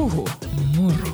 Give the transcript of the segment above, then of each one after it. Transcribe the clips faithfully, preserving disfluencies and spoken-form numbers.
Puhu muru.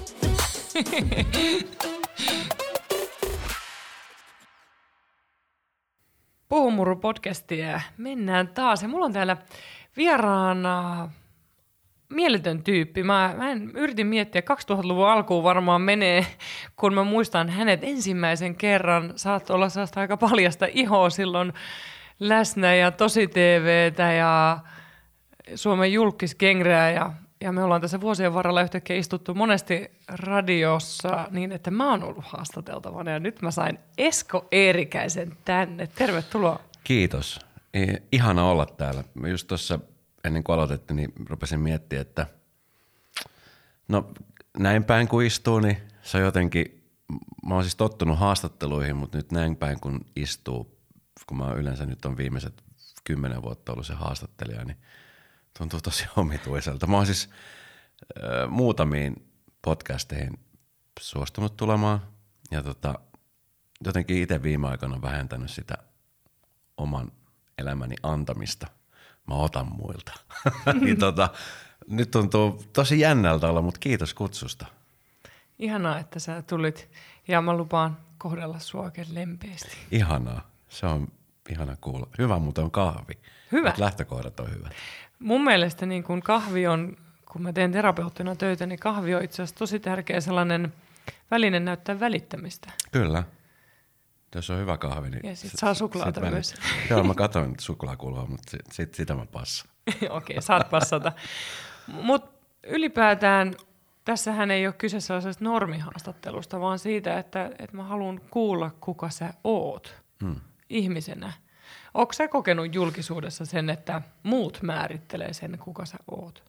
Puhu muru podcastia. Mennään taas. Ja mulla on täällä vieraana mieletön tyyppi. Mä, mä en, yritin miettiä, kaksituhattaluvun alkuun varmaan menee, kun mä muistan hänet ensimmäisen kerran. Saat olla sellaista aika paljasta ihoa silloin läsnä ja tosi T V:tä ja Suomen julkisgengreä ja Ja me ollaan tässä vuosien varrella yhtäkkiä istuttu monesti radiossa niin, että mä oon ollut haastateltavana ja nyt mä sain Esko Eerikäisen tänne. Tervetuloa. Kiitos. Ihana olla täällä. Mä just tuossa ennen kuin aloitettiin, niin rupesin miettimään, että no näin päin kun istuu, niin se on jotenkin, mä oon siis tottunut haastatteluihin, mutta nyt näin päin kun istuu, kun mä yleensä nyt on viimeiset kymmenen vuotta ollut se haastattelija, niin tuntuu tosi omituiselta. Mä oon siis äh, muutamiin podcasteihin suostunut tulemaan ja tota, jotenkin itse viime aikoina on vähentänyt sitä oman elämäni antamista. Mä otan muilta. niin tota, nyt tuntuu tosi jännältä olla, mutta kiitos kutsusta. Ihanaa, että sä tulit ja mä lupaan kohdella sua oikein lempeästi. Ihanaa. Se on ihana kuulla. Hyvä muuten on kahvi. Hyvä. Mut lähtökohdat on hyvät. Mun mielestä niin kun kahvi on, kun mä teen terapeuttina töitä, niin kahvi on itse asiassa tosi tärkeä sellainen väline näyttää välittämistä. Kyllä. Jos on hyvä kahvi, niin... Ja sit saa suklaata sit myös. Joo, mä katsoin suklaakulua, mutta sit, sit, sitä mä passaan. Okei, okay, saat passata. Mutta ylipäätään tässähän ei ole kyse sellaisesta normihaastattelusta, vaan siitä, että, että mä haluan kuulla, kuka sä oot hmm. ihmisenä. Ootko sä kokenut julkisuudessa sen, että muut määrittelee sen, kuka sä oot?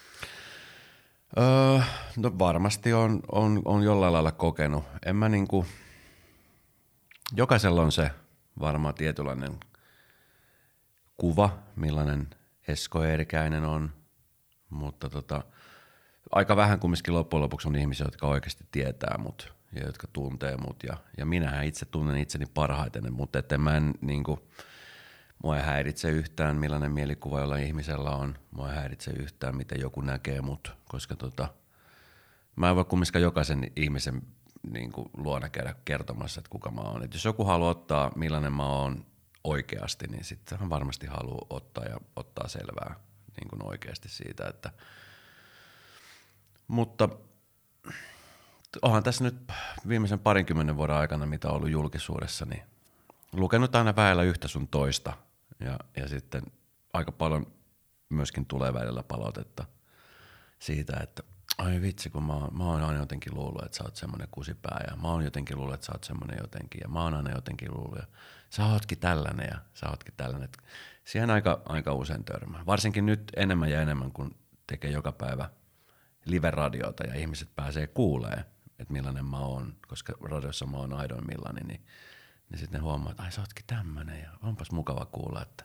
Öö, no varmasti on, on, on jollain lailla kokenut. En mä niinku, jokaisella on se varmaan tietynlainen kuva, millainen Esko Eerikäinen on, mutta tota, aika vähän kumminkin loppujen lopuksi on ihmisiä, jotka oikeasti tietää mut ja jotka tuntee mut. Ja, ja minähän itse tunnen itseni parhaiten, mutta että mä en niinku... Mua ei häiritse yhtään, millainen mielikuva jolla ihmisellä on. Mua ei häiritse yhtään, miten joku näkee mut, koska tota, mä en voi kumminkaan jokaisen ihmisen niin kuin, luona käydä kertomassa, että kuka mä oon. Et jos joku haluaa ottaa, millainen mä oon oikeasti, niin sitten hän varmasti haluaa ottaa ja ottaa selvää niin kuin oikeasti siitä. Että... Mutta onhan tässä nyt viimeisen parinkymmenen vuoden aikana, mitä on ollut julkisuudessa, niin lukenut aina väellä yhtä sun toista. Ja, ja sitten aika paljon myöskin tulee välillä palautetta siitä, että ai vitsi, kun mä, mä oon aina jotenkin luullut, että sä oot semmoinen kusipää ja mä oon jotenkin luullut, että sä oot semmoinen jotenkin ja mä oon aina jotenkin luullut ja sä ootkin tällainen ja sä ootkin tällainen. Siihen aika, aika usein törmää. Varsinkin nyt enemmän ja enemmän, kun tekee joka päivä live-radiota ja ihmiset pääsee kuulee, että millainen mä oon, koska radiossa mä oon aidoimmillani, niin niin sitten ne huomaa, että ai sä ootkin tämmönen ja onpas mukava kuulla, että...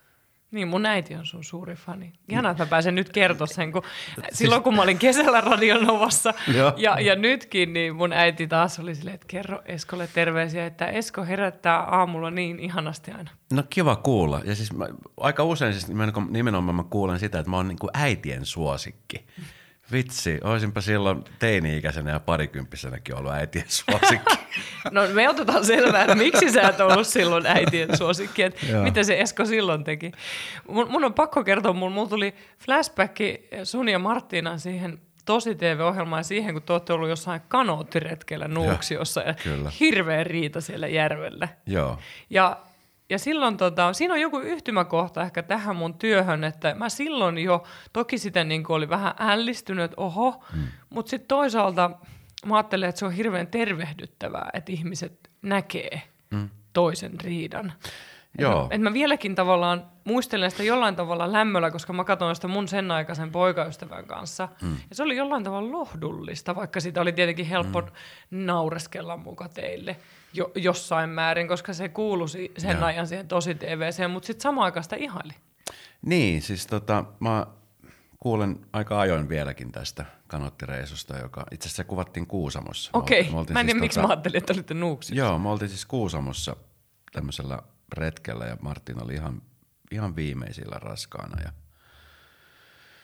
Niin, mun äiti on sun suuri fani. Ihanaa, että mä pääsen nyt kertoa sen, kun silloin kun mä olin kesällä Radionovassa ja, ja nytkin, niin mun äiti taas oli silleen, että kerro Eskolle terveisiä, että Esko herättää aamulla niin ihanasti aina. No kiva kuulla. Ja siis mä, aika usein siis nimenomaan mä kuulen sitä, että mä oon niin kuin äitien suosikki. Vitsi, olisinpa silloin teini-ikäisenä ja parikymppisenäkin ollut äitien suosikki. No me otetaan selvää, että miksi sä et ollut silloin äitien suosikki, että mitä se Esko silloin teki. Mun, mun on pakko kertoa, mulla, mulla tuli flashback sun ja Marttiinan siihen Tosi T V-ohjelmaan siihen, kun te olette ollut jossain kanoottiretkellä Nuuksiossa ja, ja hirveä riita siellä järvellä. Joo. Ja Ja silloin tota, siinä on joku yhtymäkohta ehkä tähän mun työhön, että mä silloin jo, toki sitä niin kuin oli vähän ällistynyt, että oho, mm. mutta sitten toisaalta mä ajattelen, että se on hirveän tervehdyttävää, että ihmiset näkee mm. toisen riidan. Joo. Että mä, et mä vieläkin tavallaan muistelen sitä jollain tavalla lämmöllä, koska mä katsoin sitä mun sen aikaisen poikaystävän kanssa. Mm. Ja se oli jollain tavalla lohdullista, vaikka siitä oli tietenkin helppo mm. naureskella muka teille jo, jossain määrin, koska se kuului sen ja. ajan siihen Tosi T V:seen, mutta sitten samaan aikaan sitä ihaili. Niin, siis tota, mä kuulen aika ajoin vieläkin tästä kanoottireissusta, joka itse asiassa kuvattiin Kuusamossa. Okei, okay. mä en tiedä siis miksi tota, mä ajattelin, että olitte Nuuksiossa. Joo, me oltiin siis Kuusamossa tämmöisellä retkellä ja Martin oli ihan, ihan viimeisillä raskaana ja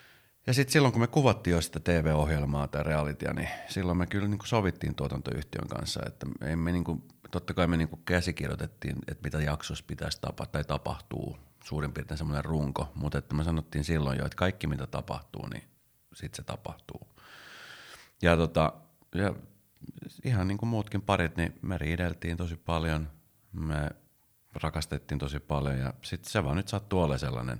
Ja sitten silloin, kun me kuvattiin jo sitä T V-ohjelmaa tai realitya, niin silloin me kyllä niin kuin sovittiin tuotantoyhtiön kanssa, että ei me niin kuin, totta kai me niin kuin käsikirjoitettiin, että mitä jaksossa pitäisi tapahtua tai tapahtuu, suurin piirtein semmoinen runko, mutta että me sanottiin silloin jo, että kaikki mitä tapahtuu, niin sitten se tapahtuu. Ja, tota, ja ihan niin kuin muutkin parit, niin me riideltiin tosi paljon, me rakastettiin tosi paljon ja sitten se vaan nyt sattuu olemaan sellainen.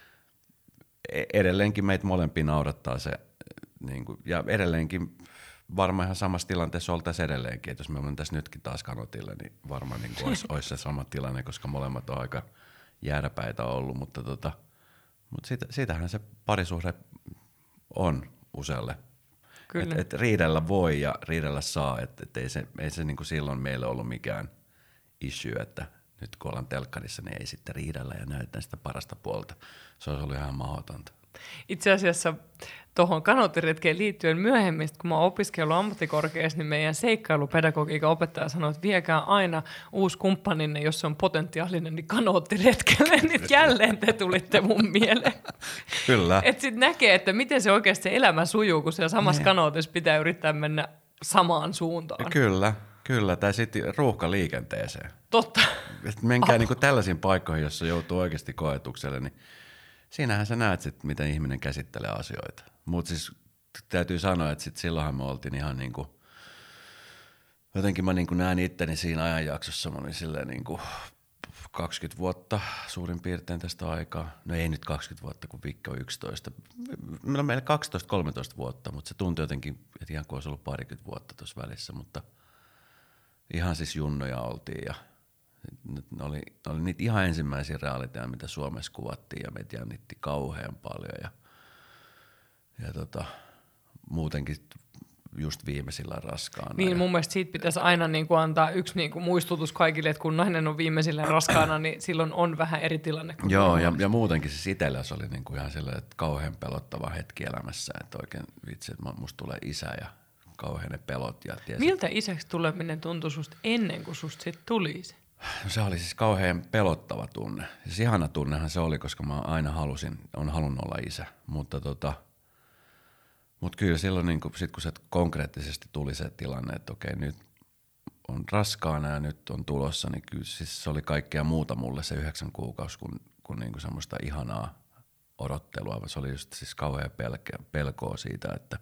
Edelleenkin meitä molempia naurattaa se, niin kuin, ja edelleenkin varmaan ihan samassa tilanteessa oltaisiin edelleenkin, että jos me tässä nytkin taas kanotille, niin varmaan niin olisi, olisi se sama tilanne, koska molemmat on aika jääräpäitä ollut, mutta, tota, mutta siitä, siitähän se parisuhde on usealle. Että et riidellä voi ja riidellä saa, että et ei se, ei se niin kuin silloin meille ollut mikään issue, että nyt kun ollaan telkkarissa, niin ei sitten riidellä ja näytetään sitä parasta puolta. Se olisi ollut ihan mahdotonta. Itse asiassa tuohon kanoottiretkeen liittyen myöhemmin, kun mä oon opiskellut ammattikorkeassa, niin meidän seikkailupedagogiikan opettaja sanoi, että viekää aina uusi kumppaninne, jos se on potentiaalinen, niin kanoottiretkelle, niin jälleen te tulitte mun mieleen. Kyllä. Että sitten näkee, että miten se oikeasti se elämä sujuu, kun siellä samassa kanootissa pitää yrittää mennä samaan suuntaan. Kyllä, kyllä. Tai sitten ruuhkaliikenteeseen. Totta. Et menkää niinku tällaisiin paikkoihin, jossa joutuu oikeasti koetukselle, niin siinähän sä näet sit, miten ihminen käsittelee asioita. Mutta siis täytyy sanoa, että sit silloinhan me oltiin ihan niinku, jotenkin mä niinku näen itteni siinä ajanjaksossa, mä olin silleen niinku kaksikymmentä vuotta suurin piirtein tästä aikaa. No ei nyt kaksikymmentä vuotta, kun Vikki on yksitoista. Meillä on meillä kaksitoista kolmetoista vuotta, mutta se tuntui jotenkin, että ihan kuin olisi ollut parikymmentä vuotta tuossa välissä, mutta ihan siis junnoja oltiin ja oli, oli niitä ihan ensimmäisiä reaaliteja, mitä Suomessa kuvattiin ja meitä jännitti kauhean paljon ja, ja tota, muutenkin just viimeisillä raskaana. Niin ja mun mielestä siitä pitäisi aina niin kuin antaa yksi niin kuin muistutus kaikille, että kun nainen on viimeisillä raskaana, niin silloin on vähän eri tilanne. Joo, ja, ja muutenkin siis itsellä se oli niin kuin ihan sellainen, että kauhean pelottava hetki elämässä, että oikein vitsi, että musta tulee isä ja kauhean ne pelot. Ja tiesi, miltä isäksi tuleminen tuntui susta ennen kuin susta sit tuli se? No se oli siis kauhean pelottava tunne. Siis ihana tunnehan se oli, koska mä aina halusin, on halunnut olla isä. Mutta tota, mut kyllä silloin niin kun, sit kun se konkreettisesti tuli se tilanne, että okei nyt on raskaana ja nyt on tulossa, niin kyllä siis se oli kaikkea muuta mulle se yhdeksän kuukausi kuin, kuin, niin kuin semmoista ihanaa odottelua. Se oli just siis kauhean pelkeä, pelkoa siitä, että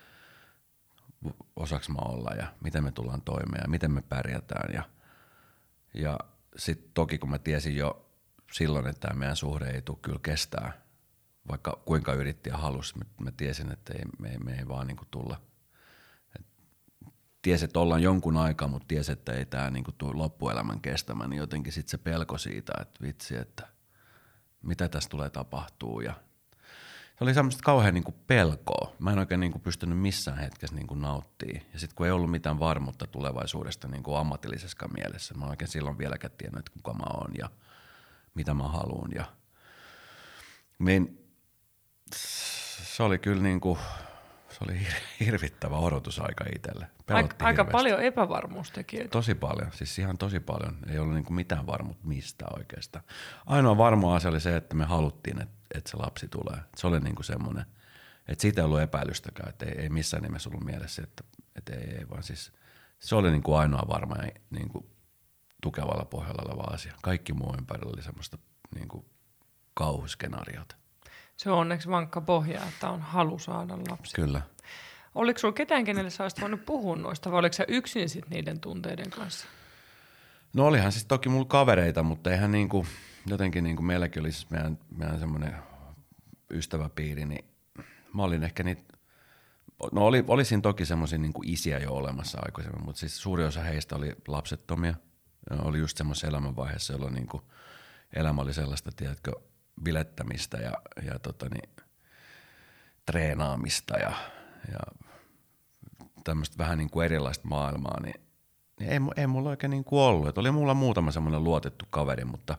osaks mä olla ja miten me tullaan toimeen ja miten me pärjätään ja Ja sitten toki kun mä tiesin jo silloin, että tämä meidän suhde ei tule kyllä kestää, vaikka kuinka yritti ja halusi, mä, mä tiesin, että ei, me, me ei vaan niinku tulla. Et tiesin, että ollaan jonkun aikaa, mutta tiesin, että ei tämä niinku tule loppuelämän kestämään, niin jotenkin sitten se pelko siitä, että vitsi, että mitä tässä tulee tapahtuu. Ja se oli semmoista kauhean niinku pelkoa. Mä en oikein niinku pystynyt missään hetkessä niinku nauttimaan. Ja sitten kun ei ollut mitään varmuutta tulevaisuudesta niinku ammatillisessa mielessä, mä oikein silloin vieläkään tiennyt, että kuka mä oon ja mitä mä haluan. Ja niin, se oli kyllä niinku, se oli hirvittävä odotusaika itselle. Aika, aika paljon epävarmuustekijöitä. Tosi paljon, siis ihan tosi paljon. Ei ollut niinku mitään varmuutta mistään oikeastaan. Ainoa varma asia oli se, että me haluttiin, että että se lapsi tulee. Se oli niinku semmoinen, että siitä ei ollut epäilystäkään, että ei, ei missään nimessä ollut mielessä, että, että ei, ei, vaan siis se oli niinku ainoa varma ja niinku tukevalla pohjalla oleva asia. Kaikki muu ympärillä oli semmoista niinku kauhuskenaariota. Se on onneksi vankka pohja, että on halu saada lapsi. Kyllä. Oliko sulla ketään, kenelle sä olisit voinut puhua noista, vai oliko sä yksin sit niiden tunteiden kanssa? No olihan siis toki mulla kavereita, mutta eihän niinku, jotenkin niinku meilläkin oli siis meidän, meidän semmoinen ystäväpiiri, niin mä olin ehkä niitä, no oli, olisin toki semmoisia niinku isiä jo olemassa aikaisemmin, mutta siis suuri osa heistä oli lapsettomia. Oli just semmoisessa elämänvaiheessa, jolloin niinku elämä oli sellaista, tiedätkö, bilettämistä ja, ja tota niin, treenaamista ja, ja tämmöistä vähän niin kuin erilaista maailmaa, niin ei, ei mulla oikein niin kuin ollut. Et oli mulla muutama semmoinen luotettu kaveri, mutta,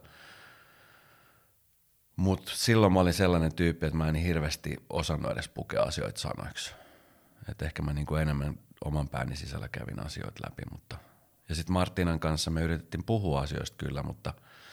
mutta silloin mä olin sellainen tyyppi, että mä en hirveästi osannut edes pukea asioita sanoiksi. Et ehkä mä niin kuin enemmän oman pääni sisällä kävin asioita läpi. Mutta. Ja sitten Martinan kanssa me yritettiin puhua asioista kyllä, mutta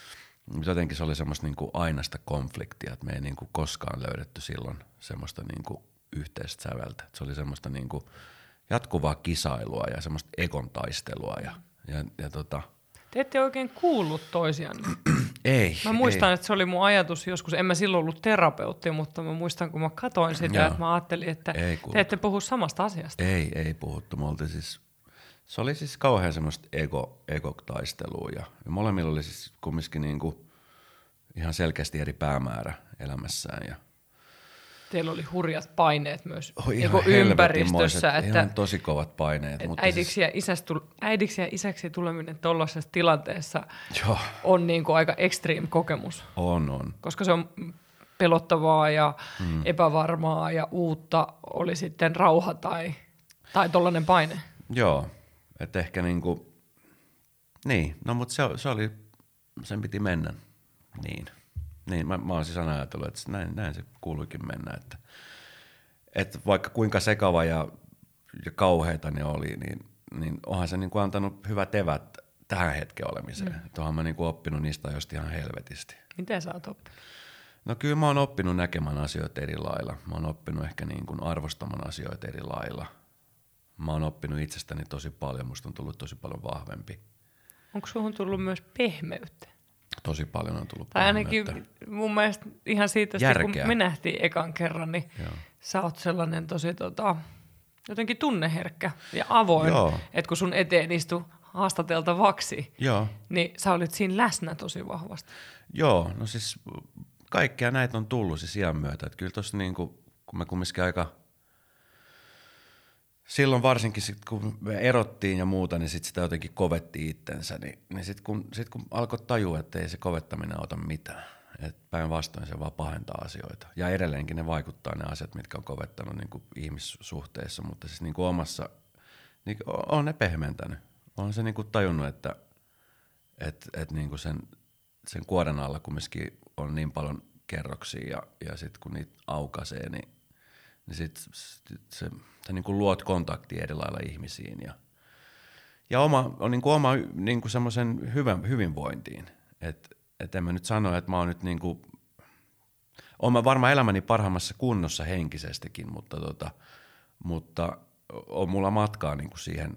jotenkin se oli semmoista niinku ainaista konfliktia, että me ei niinku koskaan löydetty silloin semmoista niinku yhteistä säveltä. Se oli semmoista niinku jatkuvaa kisailua ja semmoista egon taistelua. Ja, ja, ja tota... Te ette oikein kuullut toisianne. Ei. Mä muistan, ei. että se oli mun ajatus joskus. En mä silloin ollut terapeutti, mutta mä muistan, kun mä katoin sitä, Joo. että mä ajattelin, että te ette puhu samasta asiasta. Ei, ei puhuttu. Me oltiin siis... Se oli siis kauhean semmoista ego, ego-taistelua ja, ja molemmilla oli siis kumminkin niinku ihan selkeästi eri päämäärä elämässään. Ja teillä oli hurjat paineet myös oh, niinku ympäristössä. Että, ihan tosi kovat paineet. Mutta äidiksi, siis, ja isästi, äidiksi ja isäksi tuleminen tuollaisessa tilanteessa joo. on niinku aika extreme kokemus. On, on. Koska se on pelottavaa ja mm. epävarmaa ja uutta, oli sitten rauha tai, tai tollainen paine. Joo. Että ehkä niinku, niin, no mutta se, se oli, sen piti mennä, niin. Niin, mä, mä oon siis aina ajatellut, että näin, näin se kuuluikin mennä, että, että vaikka kuinka sekava ja, ja kauheita ne oli, niin, niin onhan se niinku antanut hyvät evät tähän hetken olemiseen. Mm. Että onhan mä niinku oppinut niistä ajoista ihan helvetisti. Miten sä oot oppinut? No kyllä mä oon oppinut näkemään asioita eri lailla. Mä oon oppinut ehkä niinku arvostamaan asioita eri lailla. Mä oon oppinut itsestäni tosi paljon, musta on tullut tosi paljon vahvempi. Onko suhun tullut myös pehmeyttä? Tosi paljon on tullut tai pehmeyttä. Ainakin mun mielestä ihan siitä, kun me nähtiin ekan kerran, niin Joo. sä oot sellainen tosi tota, jotenkin tunneherkkä ja avoin. Että kun sun eteen istui haastateltavaksi, Joo. niin sä olit siinä läsnä tosi vahvasti. Joo, no siis kaikkea näitä on tullut siis iän myötä. Että kyllä tossa niinku, kun me kumminkin aika... Silloin varsinkin, sit, kun me erottiin ja muuta, niin sit sitä jotenkin kovetti itsensä. Niin, niin sitten kun, sit kun alkoi tajua, että ei se kovettaminen auta mitään. Että päinvastoin se vaan pahentaa asioita. Ja edelleenkin ne vaikuttaa ne asiat, mitkä on kovettanut niin kuin ihmissuhteissa. Mutta siis niin kuin omassa, niin on ne pehmentänyt. On se niin kuin tajunnut, että et, et niin kuin sen, sen kuoren alla kumminkin on niin paljon kerroksia. Ja, ja sitten kun niitä aukaisee, niin niin sit se, se niin kuin luot kontaktia eri lailla ihmisiin ja, ja oma, on niin kuin oma niin kuin semmoisen hyvän, hyvinvointiin. Että et en mä nyt sano, että mä oon nyt niin kuin, oon mä varmaan elämäni parhaimmassa kunnossa henkisestikin, mutta, tota, mutta on mulla matkaa niin kuin siihen,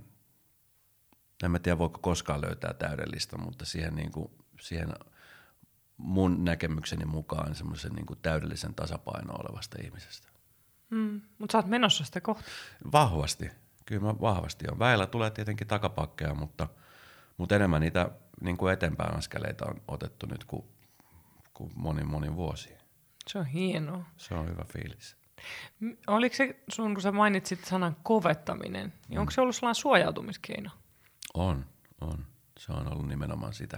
en mä tiedä voiko koskaan löytää täydellistä, mutta siihen, niin kuin, siihen mun näkemykseni mukaan semmoisen niin kuin täydellisen tasapaino olevasta ihmisestä. Mm, mutta sä oot menossa sitä kohti. Vahvasti. Kyllä mä vahvasti on. Väillä tulee tietenkin takapakkeja, mutta, mutta enemmän niitä niin kuin eteenpäin askeleita on otettu nyt kuin, kuin monin monin vuosiin. Se on hienoa. Se on hyvä fiilis. Oliko se sun, kun sä mainitsit sanan kovettaminen, niin mm. onko se ollut sellainen suojautumiskeino? On, on. Se on ollut nimenomaan sitä.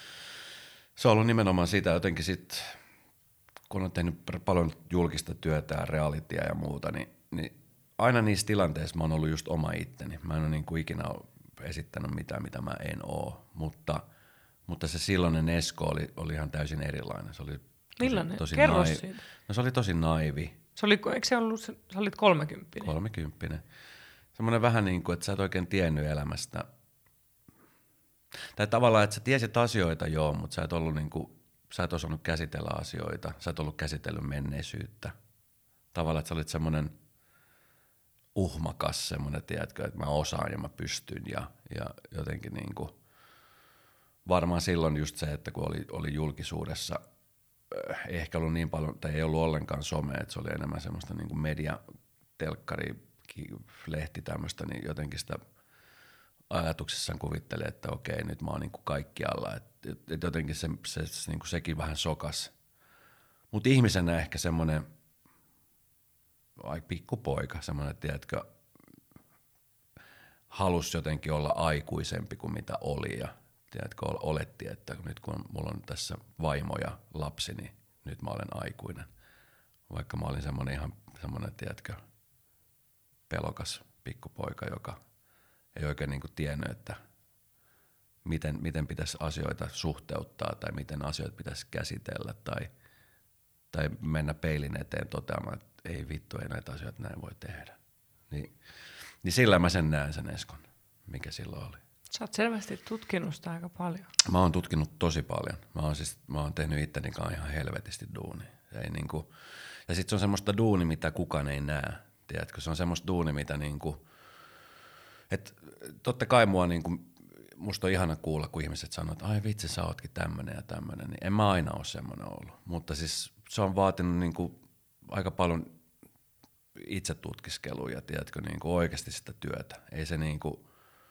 Se on ollut nimenomaan sitä jotenkin sitten... kun olen tehnyt paljon julkista työtä ja realitya ja muuta, niin, niin aina niissä tilanteissa mä oon ollut just oma itteni. Mä en ole niin kuin ikinä esittänyt mitään, mitä mä en oo, mutta, mutta se silloinen Esko oli, oli ihan täysin erilainen. Se oli tosi, Millainen? Tosi Kerro naivi. siitä. No se oli tosi naivi. Se oli, eikö se ollut, sä olit kolmekymppinen? Kolmekymppinen. Semmoinen vähän niin kuin, että sä et oikein tiennyt elämästä. Tai tavallaan, että sä tiesit asioita joo, mutta sä et ollut niin kuin, sä et osannut käsitellä asioita, sä et ollut käsitellyt menneisyyttä. Tavallaan, että sä olit semmoinen uhmakas, semmoinen, tiedätkö, että mä osaan ja mä pystyn. Ja, ja jotenkin niin kuin, varmaan silloin just se, että kun oli, oli julkisuudessa, ei ehkä ollut niin paljon, tai ei ollut ollenkaan some, että se oli enemmän semmoista niin kuin media, telkkari, lehti tämmöistä, niin jotenkin sitä ajatuksessaan kuvittelee, että okei, nyt mä oon niin kuin kaikkialla. Että et jotenkin se, se, se, niin kuin sekin vähän sokas. Mutta ihmisenä ehkä semmoinen, ai pikkupoika, semmoinen, tiedätkö, halusi jotenkin olla aikuisempi kuin mitä oli. Ja tiedätkö, oletti, että nyt kun mulla on tässä vaimo ja lapsi, niin nyt mä olen aikuinen. Vaikka mä olin semmoinen ihan semmoinen, tiedätkö, pelokas pikkupoika, joka ei oikein niin kuin tiennyt, että miten, miten pitäisi asioita suhteuttaa tai miten asioita pitäisi käsitellä tai, tai mennä peilin eteen toteamaan, että ei vittu, ei näitä asioita näin voi tehdä. Niin, niin sillä mä sen näen sen Eskon, mikä silloin oli. Sä oot selvästi tutkinut sitä aika paljon. Mä oon tutkinut tosi paljon. Mä oon, siis, mä oon tehnyt itteni kanssa ihan helvetisti duunia. Ei niinku, ja sit se on semmoista duuni, mitä kukaan ei näe. Tiedätkö? Se on semmoista duuni, mitä niinku, et totta kai mua niinku, musta on ihana kuulla, kun ihmiset sanoo, että ai vitsi, sä ootkin tämmönen ja tämmönen. Niin en mä aina ole semmoinen ollut. Mutta siis se on vaatinut niinku aika paljon itse tutkiskelua ja tiedätkö, niinku oikeasti sitä työtä. Ei se niinku,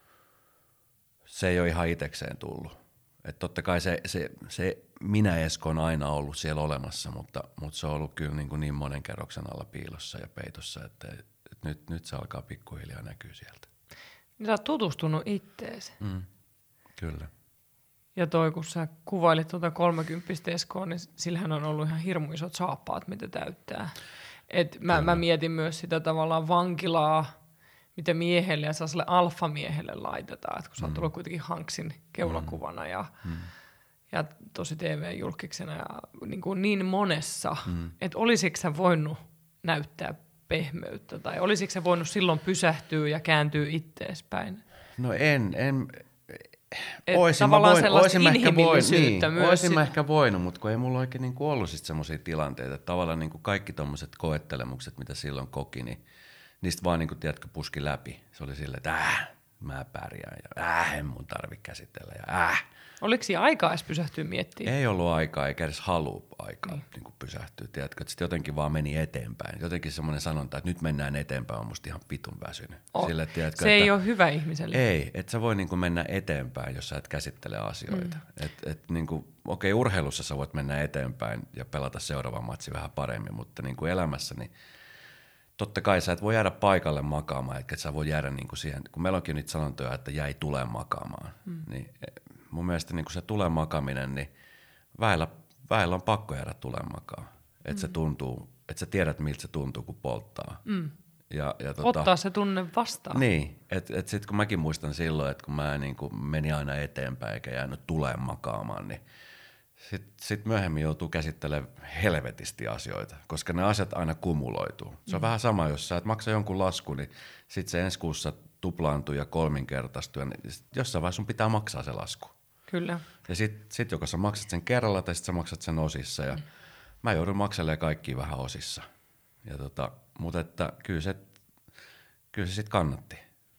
se ei ole ihan itekseen tullut. Että totta kai se, se, se minä Esko on aina ollut siellä olemassa, mutta, mutta se on ollut kyllä niin, kuin niin monen kerroksen alla piilossa ja peitossa, että, että nyt, nyt se alkaa pikkuhiljaa näkyä sieltä. Niin sä oot tutustunut itteesi. Mm, kyllä. Ja toi, kun sä kuvailit tuota kolmekymppistä Eskoa, niin sillähän on ollut ihan hirmu isot saappaat, mitä täyttää. Et mä, mä mietin myös sitä tavallaan vankilaa, mitä miehelle ja sellaiselle alfamiehelle laitetaan, että kun sä oot tullut kuitenkin Hanksin keulakuvana ja, mm. ja tosi T V-julkiksena ja niin, kuin niin monessa, mm. että olisitko sä voinut näyttää pehmeyttä tai olisitko sä voinut silloin pysähtyä ja kääntyä itteespäin? No en, en Et oisin mä tavallaan voin, sellaista oisin mä ehkä voin, niin, myös. oisin mä ehkä voinut, mutta kun ei mulla oikein niin ollut sit semmoisia tilanteita, että tavallaan niin kuin kaikki tommoset koettelemukset, mitä silloin koki, niin niistä vaan, niin kuin, tiedätkö, puski läpi. Se oli silleen, että äh, mä pärjään ja äh, en mun tarvi käsitellä ja äh. Oliko siinä aikaa edes pysähtyä miettimään? Ei ollut aikaa, eikä edes halua aikaa niin. Niin kuin pysähtyä. Tiedätkö, että sitten jotenkin vaan meni eteenpäin. Jotenkin semmoinen sanonta, että nyt mennään eteenpäin, on musta ihan vitun väsynyt. Oh. Sille, tiedätkö, se että, ei ole hyvä ihmiselle. Ei, että sä voi niin kuin mennä eteenpäin, jos sä et käsittele asioita. Mm. Et, et, niin kuin, okei, urheilussa sä voit mennä eteenpäin ja pelata seuraava matsi vähän paremmin, mutta niin kuin elämässä, niin totta kai sä et voi jäädä paikalle makaamaan, etkä sä voi jäädä niin kuin siihen, kun meillä onkin niitä sanontoja, että jäi tulee makaamaan, mm. niin mun mielestä niin kuin se tulee makaaminen, niin väillä, väillä on pakko jäädä tulee makaa, että mm. se tuntuu, että sä tiedät miltä se tuntuu, kun polttaa. Mm. Ja, ja tota, ottaa se tunne vastaan. Niin, että et sitten kun mäkin muistan silloin, että kun mä niin kuin menin aina eteenpäin eikä jäänyt tulee makaamaan, niin Sitten sit myöhemmin joutuu käsittelemään helvetisti asioita, koska ne asiat aina kumuloituu. Se on mm. vähän sama, jos sä et maksa jonkun laskun, niin sitten se ensi kuussa tuplaantuu ja kolminkertaistuu. Ja jossain vaiheessa sun pitää maksaa se lasku. Kyllä. Ja sitten sit joko sä maksat sen kerralla tai sitten sä maksat sen osissa. Ja mm. mä joudun makselemaan kaikkia vähän osissa. Ja tota, mutta että kyllä se, kyllä se sitten kannatti.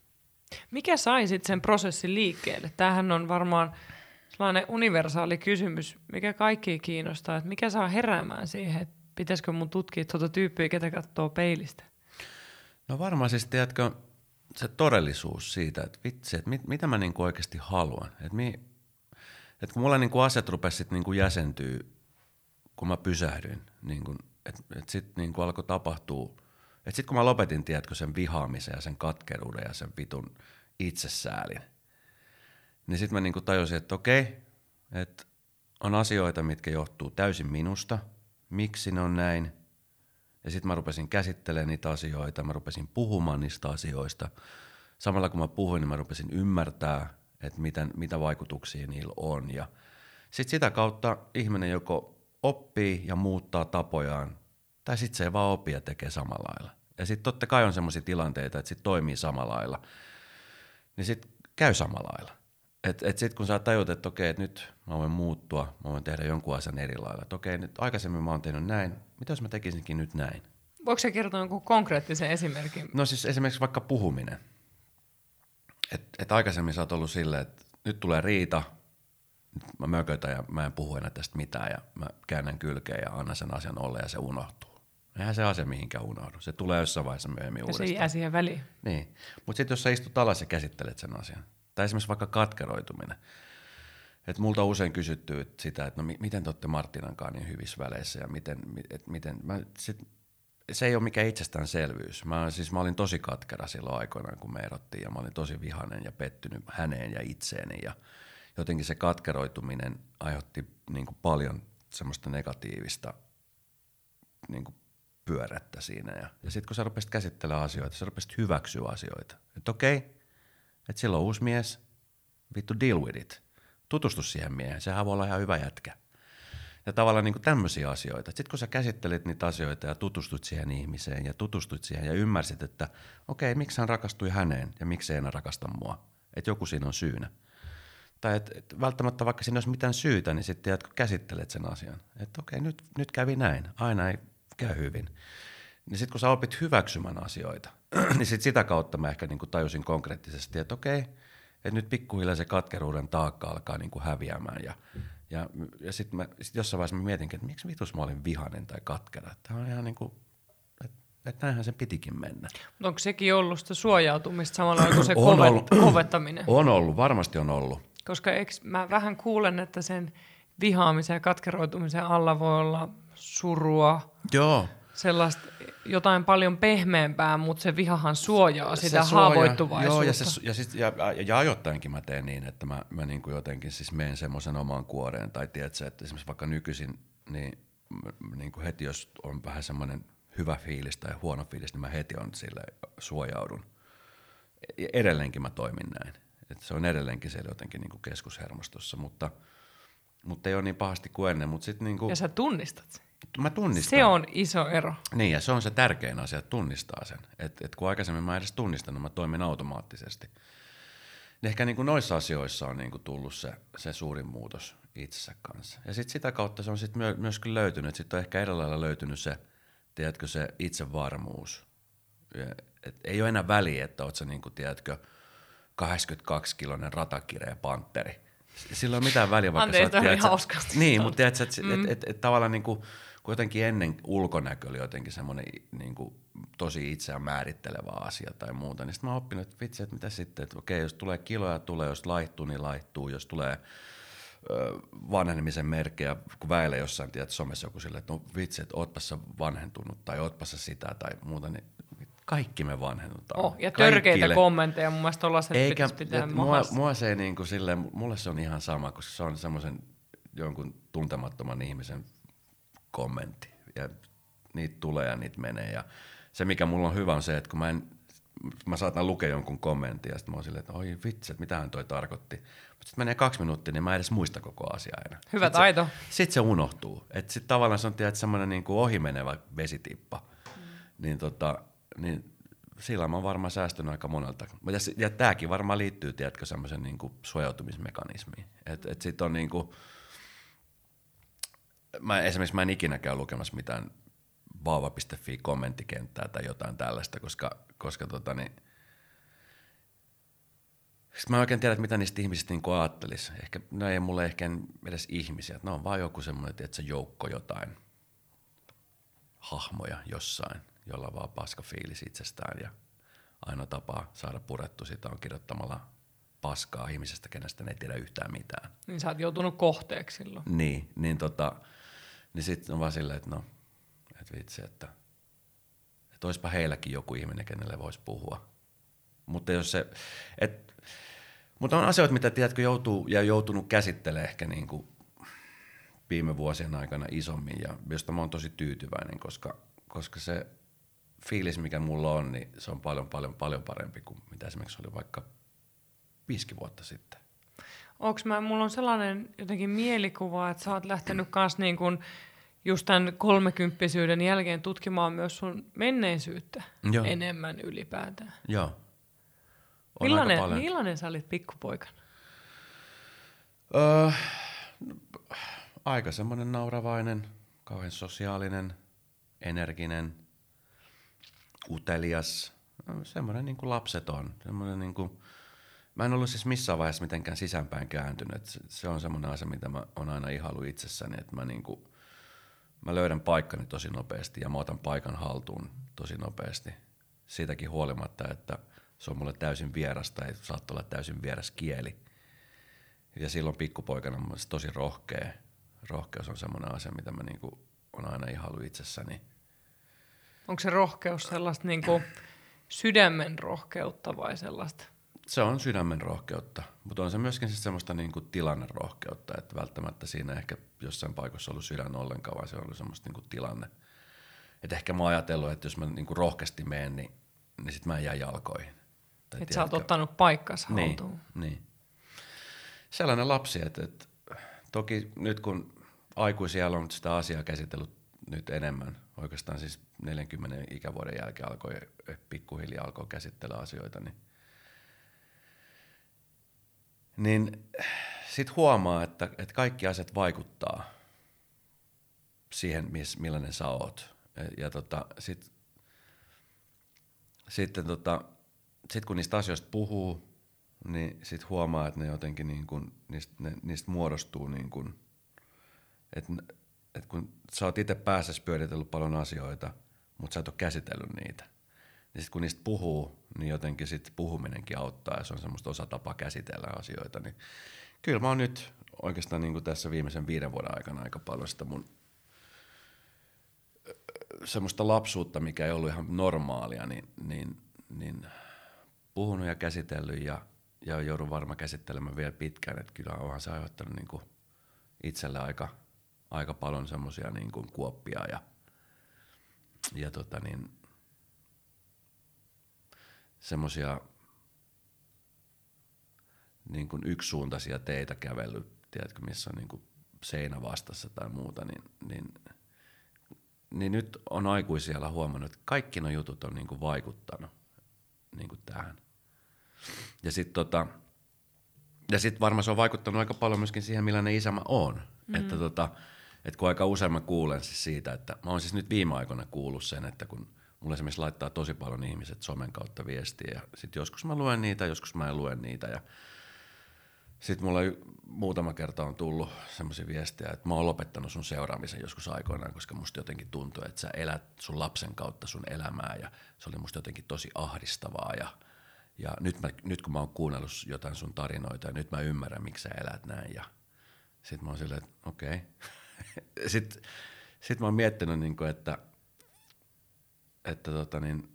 Mikä sai sitten sen prosessin liikkeelle? Tämähän on varmaan sellainen universaali kysymys, mikä kaikkia kiinnostaa, että mikä saa heräämään siihen, että pitäisikö mun tutkia tuota tyyppiä, ketä katsoo peilistä? No varmaan siis, tiedätkö, se todellisuus siitä, että vitsi, että mit, mitä mä niinku oikeasti haluan. Että mi, et kun mulla niinku asiat rupesivat niinku jäsentyä, kun mä pysähdyin, niinku, että et sitten niinku alkoi tapahtua, että sitten kun mä lopetin, tiedätkö, sen vihaamisen ja sen katkeruuden ja sen vitun itsesäälin, niin sitten mä niinku tajusin, että okei, että on asioita, mitkä johtuu täysin minusta, miksi ne on näin. Ja sitten mä rupesin käsittelemään niitä asioita, mä rupesin puhumaan niistä asioista. Samalla kun mä puhuin, niin mä rupesin ymmärtää, että miten, mitä vaikutuksia niillä on. Ja sitten sitä kautta ihminen joko oppii ja muuttaa tapojaan, tai sitten se ei vaan opi ja tekee samalla lailla. Ja sitten totta kai on semmoisia tilanteita, että sit toimii samalla lailla, niin sitten käy samalla lailla. Että et sitten kun sä tajut, että okei, että nyt mä voin muuttua, mä voin tehdä jonkun asian eri lailla. Että okei, nyt aikaisemmin mä oon tehnyt näin, mitä jos mä tekisinkin nyt näin? Voiko sä kertoa jonkun konkreettisen esimerkin? No siis esimerkiksi vaikka puhuminen. Että et aikaisemmin sä oot ollut silleen, että nyt tulee riita, nyt mä mökötän ja mä en puhu enää tästä mitään ja mä käännän kylkeen ja annan sen asian olla ja se unohtuu. Eihän se asia mihinkään unohdu. Se tulee jossain vaiheessa myöhemmin ja uudestaan. Se jää siihen väliin. Niin, mutta sitten jos sä istut alas ja käsittelet sen asian, tai esimerkiksi vaikka katkeroituminen. Että multa on usein kysytty sitä, että no mi- miten te olette Marttinankaan niin hyvissä väleissä ja miten, et miten mä, sit, se ei ole mikään itsestäänselvyys. Mä, siis mä olin tosi katkera silloin aikoinaan, kun me erottiin ja mä olin tosi vihainen ja pettynyt häneen ja itseeni ja jotenkin se katkeroituminen aiheutti niin kuin paljon semmoista negatiivista niin kuin pyörättä siinä. Ja, ja sitten kun sä rupesit käsittelemään asioita, sä rupesit hyväksyä asioita. Että okei, okay, että sillä on uusi mies, vittu deal with it. Tutustu siihen miehen, sehän voi olla ihan hyvä jätkä. Ja tavallaan niin kuin tämmöisiä asioita. Sitten kun sä käsittelit niitä asioita ja tutustut siihen ihmiseen ja tutustut siihen ja ymmärsit, että okei, miksi hän rakastui häneen ja miksi ei enää rakasta mua. että joku siinä on syynä. Tai että et välttämättä vaikka siinä olisi mitään syytä, niin sitten tiedätkö, käsittelet sen asian. Että okei, nyt, nyt kävi näin, aina ei käy hyvin. Niin sitten kun sä opit hyväksymään asioita, niin sit sitä kautta mä ehkä niinku tajusin konkreettisesti, että okei, että nyt pikkuhiljaa se katkeruuden taakka alkaa niinku häviämään. Ja, ja, ja sitten sit jossain vaiheessa mä mietinkin, että miksi vitus mä olin vihainen tai katkera. Tämä on ihan niinku, että et näinhän sen pitikin mennä. Mutta onko sekin ollut sitä suojautumista samalla kuin se on kovet, ollut. kovettaminen? On ollut, varmasti on ollut. Koska eks, mä vähän kuulen, että sen vihaamisen ja katkeroitumisen alla voi olla surua. Joo. Sellaista jotain paljon pehmeämpää, mutta se vihahan suojaa Se sitä suojaa, haavoittuvaisuutta. Joo, ja, se, ja, sit, ja, ja ajoittainkin mä teen niin, että mä, mä niin kuin jotenkin siis menen semmoisen omaan kuoreen. Tai tiedätkö, että esimerkiksi vaikka nykyisin, niin, niin kuin heti jos on vähän semmoinen hyvä fiilis tai huono fiilis, niin mä heti on sille suojaudun. Ja edelleenkin mä toimin näin. Että se on edelleenkin siellä jotenkin niin kuin keskushermostossa, mutta, mutta ei ole niin pahasti kuin ennen. Mutta sit niin kuin, ja sä tunnistat sen. Mä tunnistan. Se on iso ero. Niin, ja se on se tärkein asia, että tunnistaa sen. Että et kun aikaisemmin mä en edes tunnistanut, mä toimin automaattisesti. Niin ehkä niin kuin noissa asioissa on niin kuin tullut se, se suurin muutos itsensä kanssa. Ja sitten sitä kautta se on sit myö, myöskin löytynyt. Sitten on ehkä eri lailla löytynyt se, tiedätkö, se itsevarmuus. Et ei ole enää väliä, että oot sä niin kuin, tiedätkö, kahdeksankymmentäkaksi-kiloinen ratakireä pantteri. Sillä on mitään väliä, vaikka Anteeksi, sä oot, ihan hauskasti. Niin, mutta tiedätkö, että mm. et, et, et, tavallaan niin kuin, kun jotenkin ennen ulkonäkö oli jotenkin semmoinen niin kuin, tosi itseään määrittelevä asia tai muuta, niin sitten mä oon oppinut, että vitsi, että mitä sitten, että okei, jos tulee kiloja, tulee, jos laihtuu, niin laihtuu, jos tulee ö, vanhenemisen merkkejä, kun väillä jossain, tiedät, somessa joku silleen, että no vitsi, että ootpas sä vanhentunut tai ootpas sä sitä tai muuta, niin kaikki me vanhennutaan. Oh, ja törkeitä Kaikille. kommentteja mun mielestä tollaiset Eikä, pitäisi pitää mua, mua se ei niin kuin silleen, mulle se on ihan sama, koska se on semmoisen jonkun tuntemattoman ihmisen kommentti. Ja niitä tulee ja niitä menee. Ja se mikä mulla on hyvä on se, että kun mä, en, mä saatan lukea jonkun kommentin ja sitten mä oon silleen, että oi vitsi, että mitähän toi tarkoitti. Mutta sitten menee kaksi minuuttia, niin mä en edes muista koko asiaa enää. Hyvä sit taito. Sitten sit se unohtuu. Että sitten tavallaan se on tiedät, semmoinen niin kuin ohimenevä vesitippa. Mm. Niin tota, niin sillä mä oon varmaan säästynyt aika monelta. Ja, ja tääkin varmaan liittyy, tiedätkö, semmoisen niin kuin suojautumismekanismiin. Että et sit on niin kuin, mä, esimerkiksi mä en ikinä käy lukemassa mitään vauva piste fi kommenttikenttää tai jotain tällaista, koska, koska tota niin, sit mä en oikein tiedä, mitä niistä ihmisistä niin ajattelisi. Ehkä, no ei mulle ehkä edes ihmisiä, ne on vaan joku semmoinen, että se joukko jotain hahmoja jossain, jolla on vaan paska fiilis itsestään ja ainoa tapa saada purettu sitä on kirjoittamalla paskaa ihmisestä, kenestä ne ei tiedä yhtään mitään. Niin sä oot joutunut kohteeksi silloin. Niin, niin, tota, niin sitten on vaan silleen, että no, et vitsi, että, että olisipa heilläkin joku ihminen, kenelle voisi puhua. Mutta jos se, et, mutta on asioita, mitä tiedätkö joutuu ja joutunut käsittelemään ehkä niin kuin viime vuosien aikana isommin ja josta mä oon tosi tyytyväinen, koska, koska se fiilis, mikä mulla on, niin se on paljon, paljon, paljon parempi kuin mitä esimerkiksi oli vaikka viisikin vuotta sitten. Onks mä, mulla on sellainen jotenkin mielikuva, että sä oot lähtenyt kans niin kun just tämän kolmekymppisyyden jälkeen tutkimaan myös sun menneisyyttä Joo. enemmän ylipäätään. Joo. On millainen, millainen sä olit pikkupoikana? Öö, aika semmoinen nauravainen, kauhean sosiaalinen, energinen, utelias, semmoinen niin kuin lapset on. Semmoinen niin kuin, mä en ollut siis missään vaiheessa mitenkään sisäänpäin kääntynyt. Se, se on semmoinen asia, mitä mä oon aina ihaillut itsessäni, että mä, niin kuin, mä löydän paikkani tosi nopeasti ja mä otan paikan haltuun tosi nopeasti. Siitäkin huolimatta, että se on mulle täysin vierasta tai saattaa olla täysin vieras kieli. Ja silloin pikkupoikana mä olisin tosi rohkea. Rohkeus on semmoinen asia, mitä mä niin kuin oon aina ihaillut itsessäni. Onko se rohkeus sellaista niin kuin sydämen rohkeutta vai sellaista? Se on sydämen rohkeutta, mutta on se myöskin siis semmoista niin kuin tilanne rohkeutta, että välttämättä siinä ehkä jossain paikassa ollut sydän ollenkaan, vaan se on ollut semmoista niin kuin tilanne. Että ehkä mä oon ajatellut, että jos mä niin kuin rohkeasti menen, niin, niin sit mä en jää jalkoihin. Että sä oot ottanut paikkansa niin, haltuun. Niin. Sellainen lapsi, että, että toki nyt kun aikuisiällä on sitä asiaa käsitellyt nyt enemmän, oikeastaan siis neljänkymmenen ikävuoden jälkeen alkoi pikkuhiljaa alkoi käsitellä asioita, niin Niin sit huomaa, että, että kaikki asiat vaikuttaa siihen, miss, millainen sä oot. Ja, ja tota, sit, sitten tota, sit kun niistä asioista puhuu, niin sit huomaa, että ne jotenkin niin kun, niistä, ne, niistä muodostuu niin kun, että et kun sä oot itse päässäsi pyöritellyt paljon asioita, mutta sä et ole käsitellyt niitä. Niin sit kun niistä puhuu, niin jotenkin sit puhuminenkin auttaa ja se on semmoista osatapaa käsitellä asioita. Niin kyllä mä oon nyt oikeastaan niin kuin tässä viimeisen viiden vuoden aikana aika paljon sitä mun semmoista lapsuutta, mikä ei ollut ihan normaalia, niin, niin, niin puhunut ja käsitellyt ja, ja joudun varmaan käsittelemään vielä pitkään. Että kyllä onhan se aiheuttanut niin kuin itselle aika, aika paljon semmoisia niin kuin kuoppia ja, ja tota niin, semmoisia niin kuin yksisuuntaisia teitä kävellyt, tiedätkö, missä on niin kuin seinä vastassa tai muuta, niin, niin, niin nyt on aikuisiellä huomannut, että kaikki nuo jutut on niin kuin vaikuttanut niin kuin tähän. Ja sitten tota, ja sit varmaan se on vaikuttanut aika paljon myöskin siihen, millainen isä mä oon. Mm-hmm. Että tota, et kun aika usein mä kuulen siis siitä, että mä oon siis nyt viime aikoina kuullut sen, että kun mulle esimerkiksi laittaa tosi paljon ihmiset somen kautta viestiä ja sit joskus mä luen niitä, joskus mä en lue niitä ja sitten mulla muutama kerta on tullut semmoisia viestejä, että mä oon lopettanut sun seuraamisen joskus aikoinaan, koska musta jotenkin tuntuu, että sä elät sun lapsen kautta sun elämää ja se oli musta jotenkin tosi ahdistavaa ja, ja nyt, mä, nyt kun mä oon kuunnellut jotain sun tarinoita ja nyt mä ymmärrän, miksi sä elät näin ja sit mä oon silleen, että okei. Okay. Sitten sit mä oon miettinyt, että, että tota niin,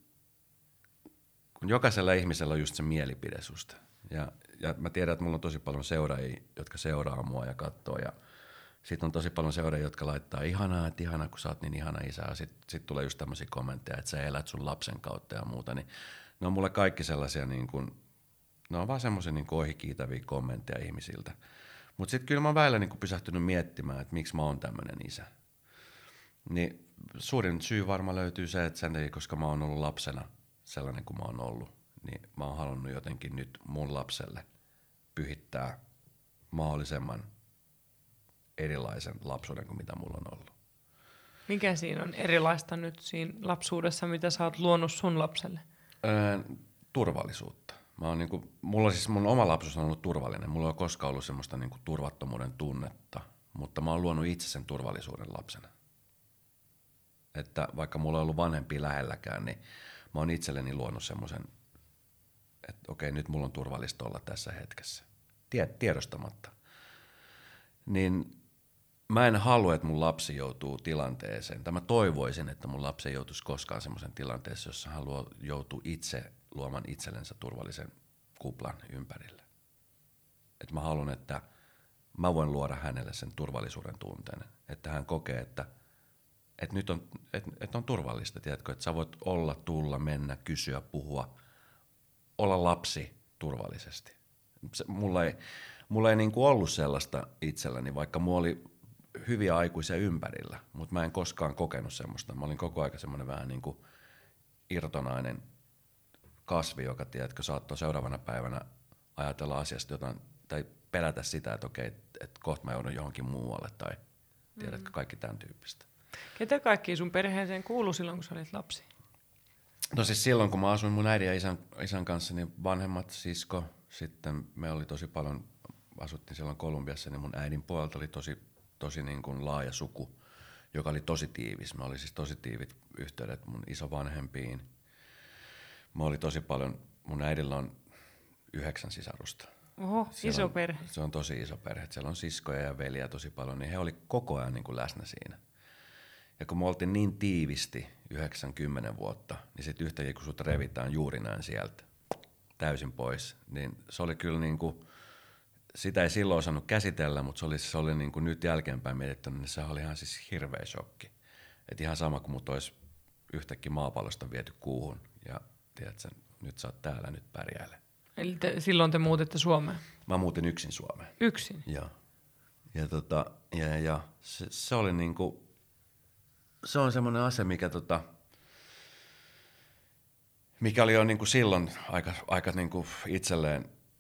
kun jokaisella ihmisellä on just se mielipide susta ja Ja mä tiedän, että mulla on tosi paljon seuraajia, jotka seuraa mua ja katsoo. Ja sit on tosi paljon seuraajia, jotka laittaa ihanaa, että ihanaa, kun sä oot niin ihana isä. Sitten sit tulee just tämmöisiä kommentteja, että sä elät sun lapsen kautta ja muuta. Niin ne on mulle kaikki sellaisia, niin kun, ne on vaan semmoisia niin ohikiitäviä kommentteja ihmisiltä. Mutta sitten kyllä mä oon väillä niin pysähtynyt miettimään, että miksi mä oon tämmöinen isä. Niin suurin syy varmaan löytyy se, että sen ei, koska mä oon ollut lapsena sellainen kuin mä oon ollut. Niin mä oon halunnut jotenkin nyt mun lapselle pyhittää mahdollisimman erilaisen lapsuuden kuin mitä mulla on ollut. Mikä siinä on erilaista nyt siinä lapsuudessa, mitä sä oot luonut sun lapselle? Öö, turvallisuutta. Mä oon niinku, mulla siis mun oma lapsuus on ollut turvallinen. Mulla ei ole koskaan ollut semmoista niinku turvattomuuden tunnetta, mutta mä oon luonut itse sen turvallisuuden lapsena. Että vaikka mulla ei ollut vanhempia lähelläkään, niin mä oon itselleni luonut semmoisen, että okei, nyt mulla on turvallista olla tässä hetkessä, tiedostamatta. Niin mä en halua, että mun lapsi joutuu tilanteeseen, tai mä toivoisin, että mun lapsi ei joutuisi koskaan semmoisen tilanteeseen, jossa hän luo, joutuu itse luomaan itsellensä turvallisen kuplan ympärille. Että mä haluan, että mä voin luoda hänelle sen turvallisuuden tunteen, että hän kokee, että, että nyt on, että, että on turvallista, tiedätkö, että sä voit olla, tulla, mennä, kysyä, puhua, olla lapsi turvallisesti. Se, mulla ei, mulla ei niinku ollut sellaista itselläni, vaikka mulla oli hyviä aikuisia ympärillä, mutta mä en koskaan kokenut semmoista. Mä olin koko ajan semmoinen vähän niinku irtonainen kasvi, joka tiedätkö, saattoi seuraavana päivänä ajatella asiasta jotain, tai pelätä sitä, että okei, että kohta mä joudun johonkin muualle, tai tiedätkö, kaikki tämän tyyppistä. Ketä kaikki sun perheeseen kuului silloin, kun sä olit lapsi? No siis silloin, kun mä asuin mun äidin ja isän, isän kanssa, niin vanhemmat, sisko, sitten me oli tosi paljon, asuttiin silloin Kolumbiassa, niin mun äidin puolelta oli tosi, tosi niin kuin laaja suku, joka oli tosi tiivis. Mä oli siis tosi tiivit yhteydet mun isovanhempiin. Mä oli tosi paljon, mun äidillä on yhdeksän sisarusta. Oho, siellä iso on, perhe. Se on tosi iso perhe. Siellä on siskoja ja veliä tosi paljon, niin he oli koko ajan niin kuin läsnä siinä. Ja kun me oltiin niin tiivisti yhdeksänkymmentä vuotta, niin sitten yhtäkkiä kun sut revitään juuri näin sieltä täysin pois, niin se oli kyllä niin kuin, sitä ei silloin osannut käsitellä, mutta se oli, se oli niin kuin nyt jälkeenpäin mietittänyt, niin se oli ihan siis hirveä shokki. Että ihan sama kuin mut olisi yhtäkkiä maapallosta viety kuuhun ja tiedätkö, nyt sä oot täällä, nyt pärjäile. Eli te, silloin te muutitte Suomeen? Mä muutin yksin Suomeen. Yksin? Joo. Ja, tota, ja, ja se, se oli niinku, se on semmoinen asia, mikä, tota, mikä oli jo niinku silloin aika, aika niinku itselleen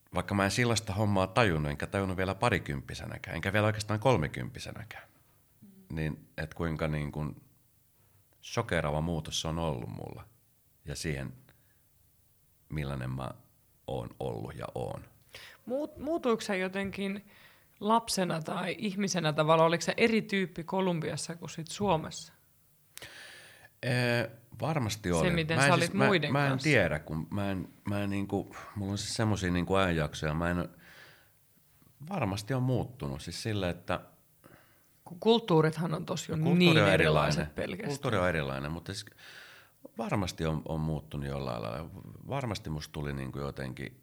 vaikka mä en sellaista hommaa tajunnut, enkä tajunnut vielä parikymppisenäkään, enkä vielä oikeastaan kolmikymppisenäkään, mm. niin että kuinka niin kuin shokeraava muutos se on ollut mulla ja siihen, millainen mä oon ollut ja oon. Muut, muutuiko sä jotenkin lapsena tai ihmisenä tavallaan, oliko se eri tyyppi Kolumbiassa kuin sit Suomessa? Ee, varmasti oli. Se, miten mä sä olit siis, muiden mä, kanssa. Mä en tiedä, kun mä en, mä en niinku, mulla on siis semmosia niinku ajanjaksoja, mä en, varmasti on muuttunut siis sille, että kun kulttuurithan on tosi jo kulttuuri niin on erilaiset pelkästään. Kulttuuri on erilainen, mutta siis varmasti on, on muuttunut jollain lailla. Varmasti musta tuli niinku jotenkin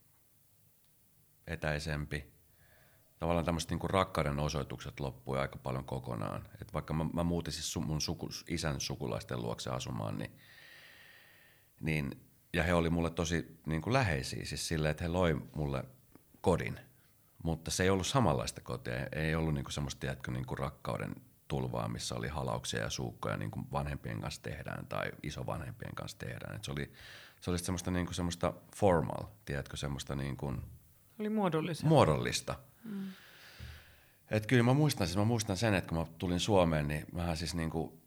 etäisempi. Tavallaan tämmöiset niinku rakkauden osoitukset loppui aika paljon kokonaan. Et vaikka mä, mä muutin siis mun suku, isän sukulaisten luokse asumaan, niin, niin, ja he oli mulle tosi niinku läheisiä, siis silleen, että he loi mulle kodin. Mutta se ei ollut samanlaista kotia, ei ollut niinku semmoista tiedätkö, niinku rakkauden tulvaa, missä oli halauksia ja suukkoja niin kuin vanhempien kanssa tehdään tai isovanhempien kanssa tehdään. Et se oli, se oli semmoista, niinku, semmoista formal, tiedätkö, semmoista niinku oli muodollista. muodollista. Mm. Et kyllä mä muistan, siis mä muistan sen, että kun mä tulin Suomeen, niin mähän siis niinku,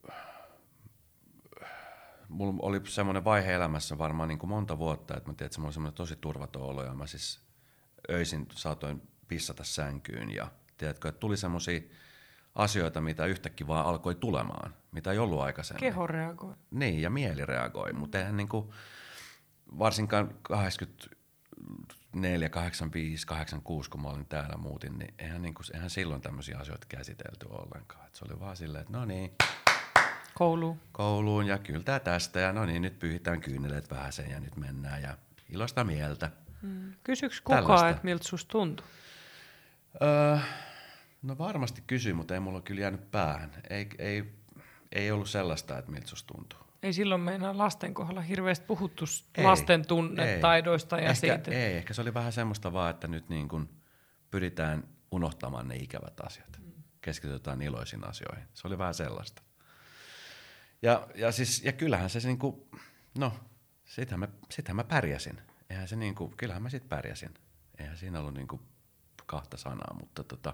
mulla oli semmoinen vaihe elämässä varmaan niinku monta vuotta, että mä tiedän, että mulla oli semmoinen tosi turvaton olo ja mä siis öisin saatoin pissata sänkyyn ja tiedätkö, että tuli semmoisia asioita, mitä yhtäkkiä vaan alkoi tulemaan, mitä ei ollut aikaisemmin. Keho reagoi. Niin, ja mieli reagoi, mm. mutta eihän niinku, varsinkaan kahdeksankymmentäneljä, kahdeksankymmentäviisi, kahdeksankymmentäkuusi, kun mä olin täällä muutin, niin eihän, niinku, eihän silloin tämmöisiä asioita käsitelty ollenkaan. Et se oli vaan silleen, että no niin. Kouluun. Kouluun ja kyllä tästä ja no niin, nyt pyyhitään kyyneleet vähäsen ja nyt mennään ja iloista mieltä. Mm. Kysyks kukaan, että miltä susta tuntui? Öö, no varmasti kysyi, mutta ei mulla kyllä jäänyt päähän. Ei, ei, ei ollut sellaista, että miltä susta tuntuu. Ei silloin meinaa lasten kohdalla hirveästi puhuttu ei, lasten tunnetaidoista ja ehkä, siitä. Ei, ehkä se oli vähän semmoista vaan, että nyt niin kuin pyritään unohtamaan ne ikävät asiat. Mm. Keskitytään iloisiin asioihin. Se oli vähän sellaista. Ja, ja, siis, ja kyllähän se niin kuin, no, sitähän mä, sitähän mä pärjäsin. Eihän se niin kuin, kyllähän mä sit pärjäsin. Eihän siinä ollut niin kuin kahta sanaa, mutta tota,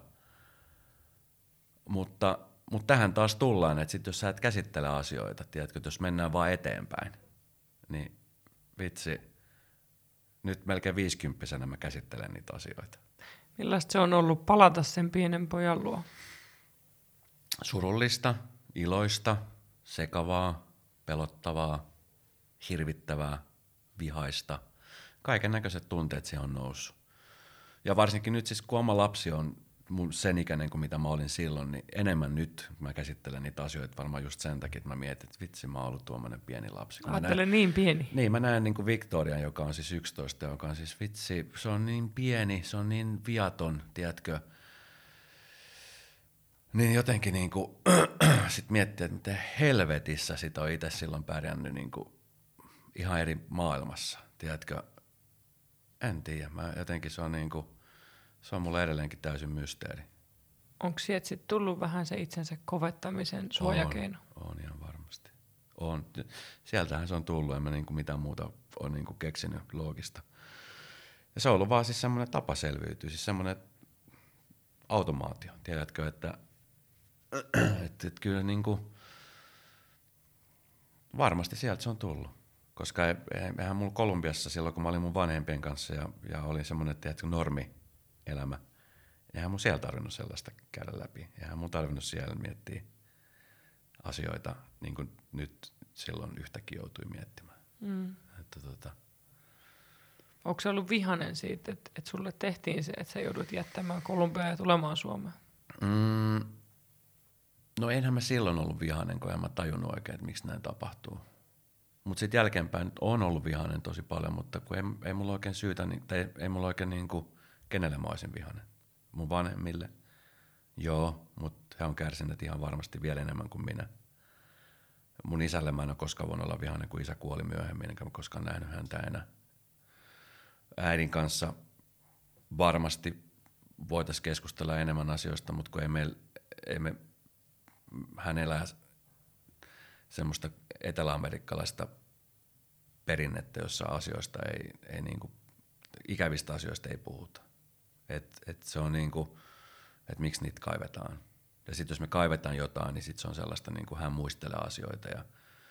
mutta, mutta tähän taas tullaan, että sit jos sä et käsittele asioita, tiedätkö, että jos mennään vaan eteenpäin, niin vitsi, nyt melkein viisikymppisenä mä käsittelen niitä asioita. Millaista se on ollut palata sen pienen pojan luo? Surullista, iloista, sekavaa, pelottavaa, hirvittävää, vihaista. Kaiken näköiset tunteet siihen on noussut. Ja varsinkin nyt siis, kun oma lapsi on mun sen ikäinen kuin mitä mä olin silloin, niin enemmän nyt mä käsittelen niitä asioita varmaan just sen takia, että mä mietin, että vitsi, mä oon ollut tuommoinen pieni lapsi. Ajattelen niin pieni. Niin, mä näen niin kuin Victorian, joka on siis yksitoista, joka on siis vitsi, se on niin pieni, se on niin viaton, tiedätkö. Niin jotenkin niin kuin, sit miettii, että miten helvetissä sit on itse silloin pärjännyt niin kuin ihan eri maailmassa, tiedätkö. En tiedä, mä jotenkin se on niin kuin, se on mulle edelleenkin täysin mysteeri. Onko sieltä sitten tullut vähän se itsensä kovettamisen suojakeino? On, on ihan varmasti. On. Sieltähän se on tullut, en mä niinku mitään muuta ole niinku keksinyt loogista. Ja se on ollut vaan siis semmoinen tapa selviytyä, siis semmoinen automaatio. Tiedätkö, että, että, että kyllä niinku, varmasti sieltä se on tullut. Koska eihän mulla Kolumbiassa silloin, kun mä olin mun vanhempien kanssa ja, ja oli semmoinen, tiedätkö, normielämä, eihän mun siellä tarvinnut sellaista käydä läpi. Eihän mun tarvinnut siellä miettiä asioita, niin kuin nyt silloin yhtäkkiä joutui miettimään. Mm. Että, tota. Onko se ollut vihainen siitä, että, että sulle tehtiin se, että sä joudut jättämään Kolumbiaa ja tulemaan Suomeen? Mm, no enhän mä silloin ollut vihainen, kun en mä tajunnut oikein, että miksi näin tapahtuu. Mutta sitten jälkeenpäin on ollut vihainen tosi paljon, mutta kun ei, ei mulla oikein syytä, tai ei, ei mulla oikein niin kuin, kenelle mä olisin vihainen. Mun vanhemmille, joo, mutta he on kärsineet ihan varmasti vielä enemmän kuin minä. Mun isälle mä en ole koskaan voinut olla vihainen, kun isä kuoli myöhemmin, enkä mä koskaan nähnyt häntä enää. Äidin kanssa varmasti voitaisiin keskustella enemmän asioista, mutta kun ei me, ei me hän elää semmoista eteläamerikkalaista perinnettä, jossa asioista ei, ei niin kuin ikävistä asioista ei puhuta. Et, et se on niinku, että miksi niitä kaivetaan. Ja sitten jos me kaivetaan jotain, niin sitten se on sellaista, niin kuin hän muistelee asioita ja,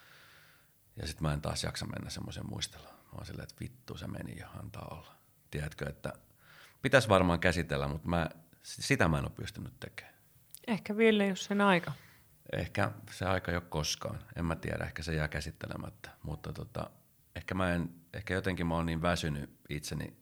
ja sitten mä en taas jaksa mennä semmoisen muistella. Mä oon silleen, että vittu se meni ja antaa olla. Tiedätkö, että pitäisi varmaan käsitellä, mutta mä, sitä mä en ole pystynyt tekemään. Ehkä vielä jos sen aika. Ehkä se aika ei ole koskaan. En mä tiedä, ehkä se jää käsittelemättä. Mutta tota, ehkä, mä en, ehkä jotenkin mä oon niin väsynyt itseni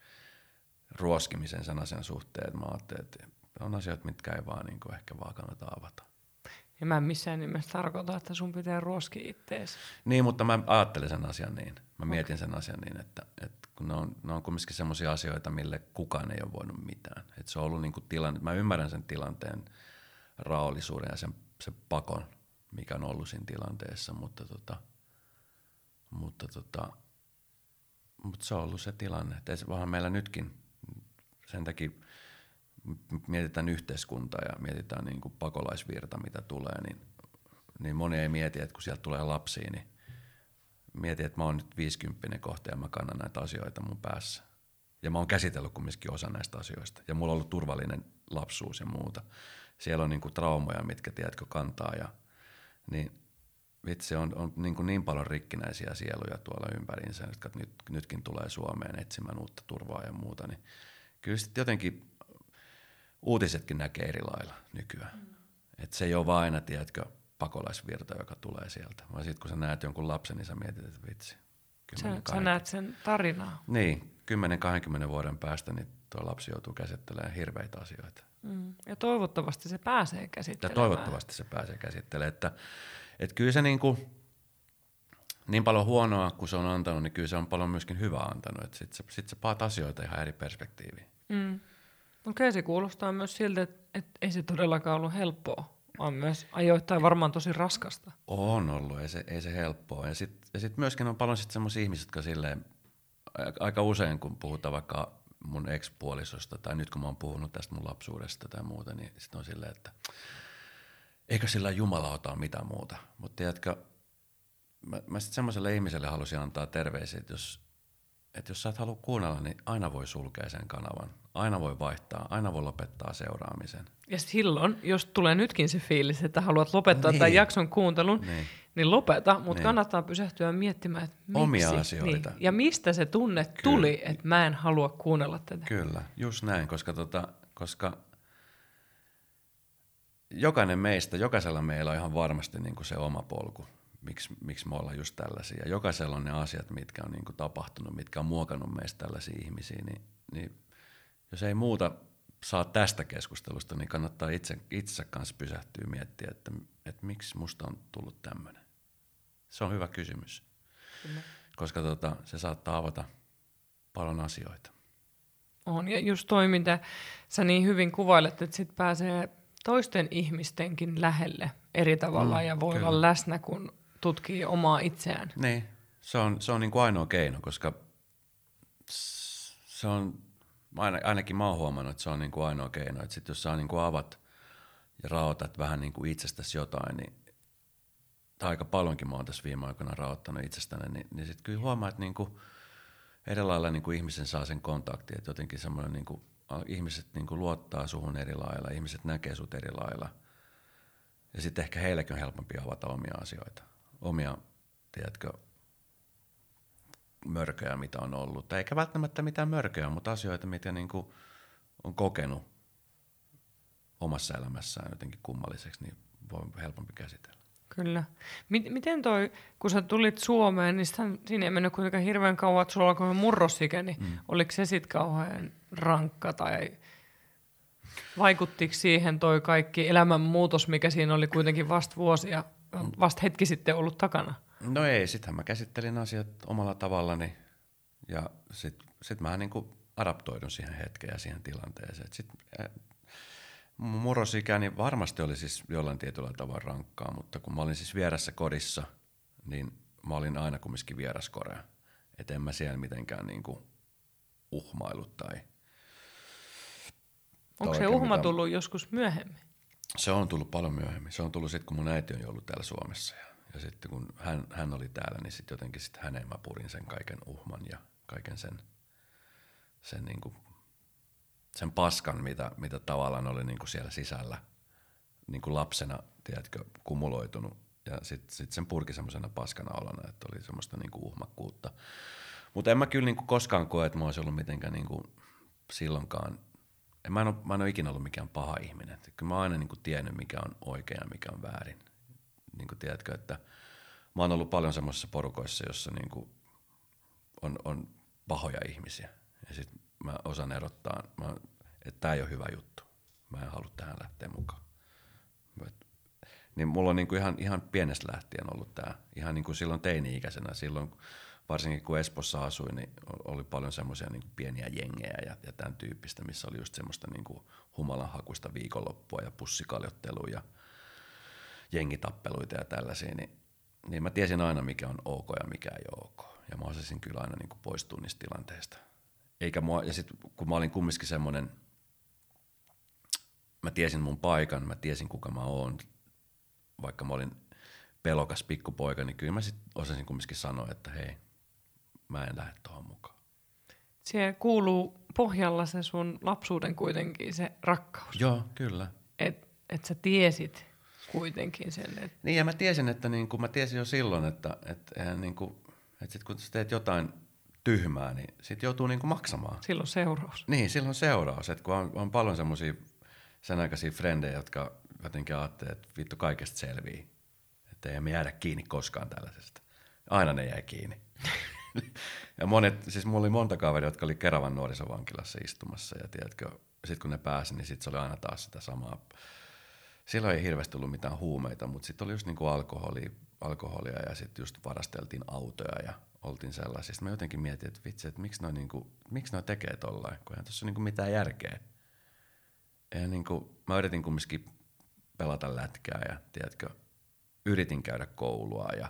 ruoskimisen sen asian suhteen, että mä ajattelin, että on asioita, mitkä ei vaan niin kuin ehkä vaan kannata avata. Ja mä en missään nimessä tarkoita, että sun pitää ruoskia ittees. Niin, mutta mä ajattelen sen asian niin. Mä mietin okay. sen asian niin, että, että kun ne on, ne on kumminkin semmoisia asioita, mille kukaan ei ole voinut mitään. Että se on ollut niin kuin tilanne, mä ymmärrän sen tilanteen raollisuuden ja sen, sen pakon, mikä on ollut siinä tilanteessa, mutta, tota, mutta, tota, mutta se on ollut se tilanne. Että vaan meillä nytkin sen takia mietitään yhteiskuntaa ja mietitään niin kuin pakolaisvirta, mitä tulee, niin, niin moni ei mieti, että kun sieltä tulee lapsia, niin mieti, että mä oon nyt viisikymppinen kohta ja mä kannan näitä asioita mun päässä. Ja mä oon käsitellyt kumminkin osa näistä asioista. Ja mulla on ollut turvallinen lapsuus ja muuta. Siellä on niin kuin traumoja, mitkä tiedätkö kantaa. Ja, niin vitsi, on, on niin, kuin niin paljon rikkinäisiä sieluja tuolla ympäriinsä, jotka nyt, nytkin tulee Suomeen etsimään uutta turvaa ja muuta. Niin kyllä sitten jotenkin uutisetkin näkee eri lailla nykyään. Mm. Että se ei ole vaan aina, tiedätkö, pakolaisvirta, joka tulee sieltä. Vaan sitten kun sä näet jonkun lapsen, niin sä mietit, että vitsi. Sä, sä näet sen tarinaa. Niin, kymmenen kaksikymmentä vuoden päästä niin tuo lapsi joutuu käsittelemään hirveitä asioita. Mm. Ja toivottavasti se pääsee käsittelemään. Ja toivottavasti se pääsee käsittelemään. Että, että kyllä se niin, kuin, niin paljon huonoa, kun se on antanut, niin kyllä se on paljon myöskin hyvää antanut. Sitten se, sit se paat asioita ihan eri perspektiiviin. Mm. Okei, se kuulostaa myös siltä, että, että ei se todellakaan ollut helppoa, vaan myös ajoittain varmaan tosi raskasta. On ollut, ei se, ei se helppoa. Ja sitten ja sit myöskin on paljon sit semmoisia ihmisiä, jotka silleen, aika usein kun puhutaan vaikka mun ex-puolisosta, tai nyt kun mä oon puhunut tästä mun lapsuudesta tai muuta, niin sitten on silleen, että eikö sillä Jumala ota mitään muuta. Mutta tiedätkö, mä, mä sitten semmoiselle ihmiselle halusin antaa terveisiä, että jos, että jos sä et halua kuunnella, niin aina voi sulkea sen kanavan. Aina voi vaihtaa, aina voi lopettaa seuraamisen. Ja silloin, jos tulee nytkin se fiilis, että haluat lopettaa niin. tämän jakson kuuntelun, niin, niin lopeta, mutta niin. kannattaa pysähtyä miettimään, että miksi. Omia asioita. Niin. Ja mistä se tunne Kyllä. tuli, että mä en halua kuunnella tätä. Kyllä, just näin, koska, tota, koska jokainen meistä, jokaisella meillä on ihan varmasti niin kuin se oma polku, miksi, miksi me ollaan just tällaisia. Jokaisella on ne asiat, mitkä on niin kuin tapahtunut, mitkä on muokannut meistä tällaisia ihmisiä, niin, niin jos ei muuta saa tästä keskustelusta, niin kannattaa itse, itse kanssa pysähtyä ja miettiä, että, että miksi musta on tullut tämmöinen. Se on hyvä kysymys, Kyllä. koska tota, se saattaa avata paljon asioita. On, ja just toi, mitä sä niin hyvin kuvailet, että sit pääsee toisten ihmistenkin lähelle eri tavalla mm, ja voi kyllä. olla läsnä, kun tutkii omaa itseään. Niin, se on, se on niin kuin ainoa keino, koska se on... Ainakin mä oon huomannut, että se on niin kuin ainoa keino. Että sit jos sä niin kuin avat ja raotat vähän niin kuin itsestäsi jotain, niin tai aika paljonkin mä oon tässä viime aikoina raottanut itsestäni, niin, niin sitten kyllä huomaa, että niin kuin eri lailla niin kuin ihmisen saa sen kontaktin. Että jotenkin semmoinen, niin kuin, ihmiset niin kuin luottaa suhun eri lailla, ihmiset näkee sut eri lailla. Ja sitten ehkä heillekin on helpompi avata omia asioita. Omia, tiedätkö, mörköjä, mitä on ollut. Tai eikä välttämättä mitään mörköjä, mutta asioita, mitä niin kuin on kokenut omassa elämässään jotenkin kummalliseksi, niin voi helpompi käsitellä. Kyllä. Miten toi, kun sä tulit Suomeen, niin siinä ei mennyt kuitenkaan hirveän kauan, että sulla alkoi murrosikä, niin mm. oliko se sitten kauhean rankka tai vaikuttiko siihen toi kaikki elämänmuutos, mikä siinä oli kuitenkin vasta vuosia, vasta hetki sitten ollut takana? No ei, sittenhän mä käsittelin asiat omalla tavallani ja sitten sit mä niin kuin adaptoidun siihen hetkeen ja siihen tilanteeseen. Sitten äh, mun murrosikäni varmasti oli siis jollain tietyllä tavalla rankkaa, mutta kun mä olin siis vierässä kodissa, niin mä olin aina kumminkin vieraskorea. Et en mä siellä mitenkään niin kuin uhmailut tai... Onko se uhma mitä... tullut joskus myöhemmin? Se on tullut paljon myöhemmin. Se on tullut sitten, kun mun äiti on ollut täällä Suomessa ja Ja sitten kun hän, hän oli täällä, niin sitten jotenkin sit häneen mä purin sen kaiken uhman ja kaiken sen sen, niin kuin, sen paskan, mitä, mitä tavallaan oli niin kuin siellä sisällä niin kuin lapsena, tiedätkö, kumuloitunut. Ja sitten sit sen purki semmoisena paskana olona, että oli semmoista niin kuin uhmakkuutta. Mutta en mä kyllä niin kuin koskaan koe, että mä olisin ollut mitenkään niin kuin silloinkaan. En, mä, en ole, mä en ole ikinä ollut mikään paha ihminen. Kyllä mä oon aina niin kuin tiennyt, mikä on oikein ja mikä on väärin. Niin kuin tiedätkö, että mä oon ollut paljon semmoisissa porukoissa, jossa niin kuin on, on pahoja ihmisiä. Ja sit mä osaan erottaa, mä, että tää ei ole hyvä juttu. Mä en halua tähän lähteä mukaan. Niin mulla on niin kuin ihan, ihan pienestä lähtien ollut tää. Ihan niin kuin silloin teini-ikäisenä. Silloin varsinkin kun Espoossa asuin, niin oli paljon semmoisia niin kuin pieniä jengejä ja, ja tämän tyyppistä, missä oli just semmoista niin kuin humalanhakuista viikonloppua ja pussikaljoittelua ja jengitappeluita ja tällaisia. Niin, niin mä tiesin aina, mikä on ok ja mikä ei ole ok. Ja mä osasin kyllä aina niin kuin poistua niistä tilanteista. Eikä mua, ja sit kun mä olin kumminkin semmoinen, mä tiesin mun paikan, mä tiesin kuka mä oon, vaikka mä olin pelokas pikkupoika, niin kyllä mä sit osasin kumminkin sanoa, että hei, mä en lähde tuohon mukaan. Siihen kuuluu pohjalla se sun lapsuuden kuitenkin se rakkaus. Joo, kyllä. Että et sä tiesit kuitenkin sen. Et... Niin ja mä tiesin, että niin kuin, mä tiesin jo silloin, että, että, niin kuin, että sit kun sä teet jotain tyhmää, niin sit joutuu niin kuin maksamaan. Silloin seuraus. Niin, silloin seuraus. Että kun on, on paljon semmosia sen aikaisia frendejä, jotka jotenkin ajattelee, että vittu kaikesta selvii. Että ei me jäädä kiinni koskaan tällaisesta. Aina ne jäi kiinni. Ja monet, siis mulla oli monta kaveria, jotka oli Keravan nuorisovankilassa istumassa. Ja tiedätkö, sit kun ne pääsi, niin sit se oli aina taas sitä samaa. Silloin ei hirveästi ollut mitään huumeita, mutta sitten oli just niinku alkoholia, alkoholia ja sitten just varasteltiin autoja ja oltiin sellaisista. Mä jotenkin mietin, että vitsi, että miksi noi, niinku, miksi noi tekee tollain, kun eihän tuossa ole niinku mitään järkeä. Ja niinku, mä yritin kumminkin pelata lätkää ja tiedätkö, yritin käydä koulua ja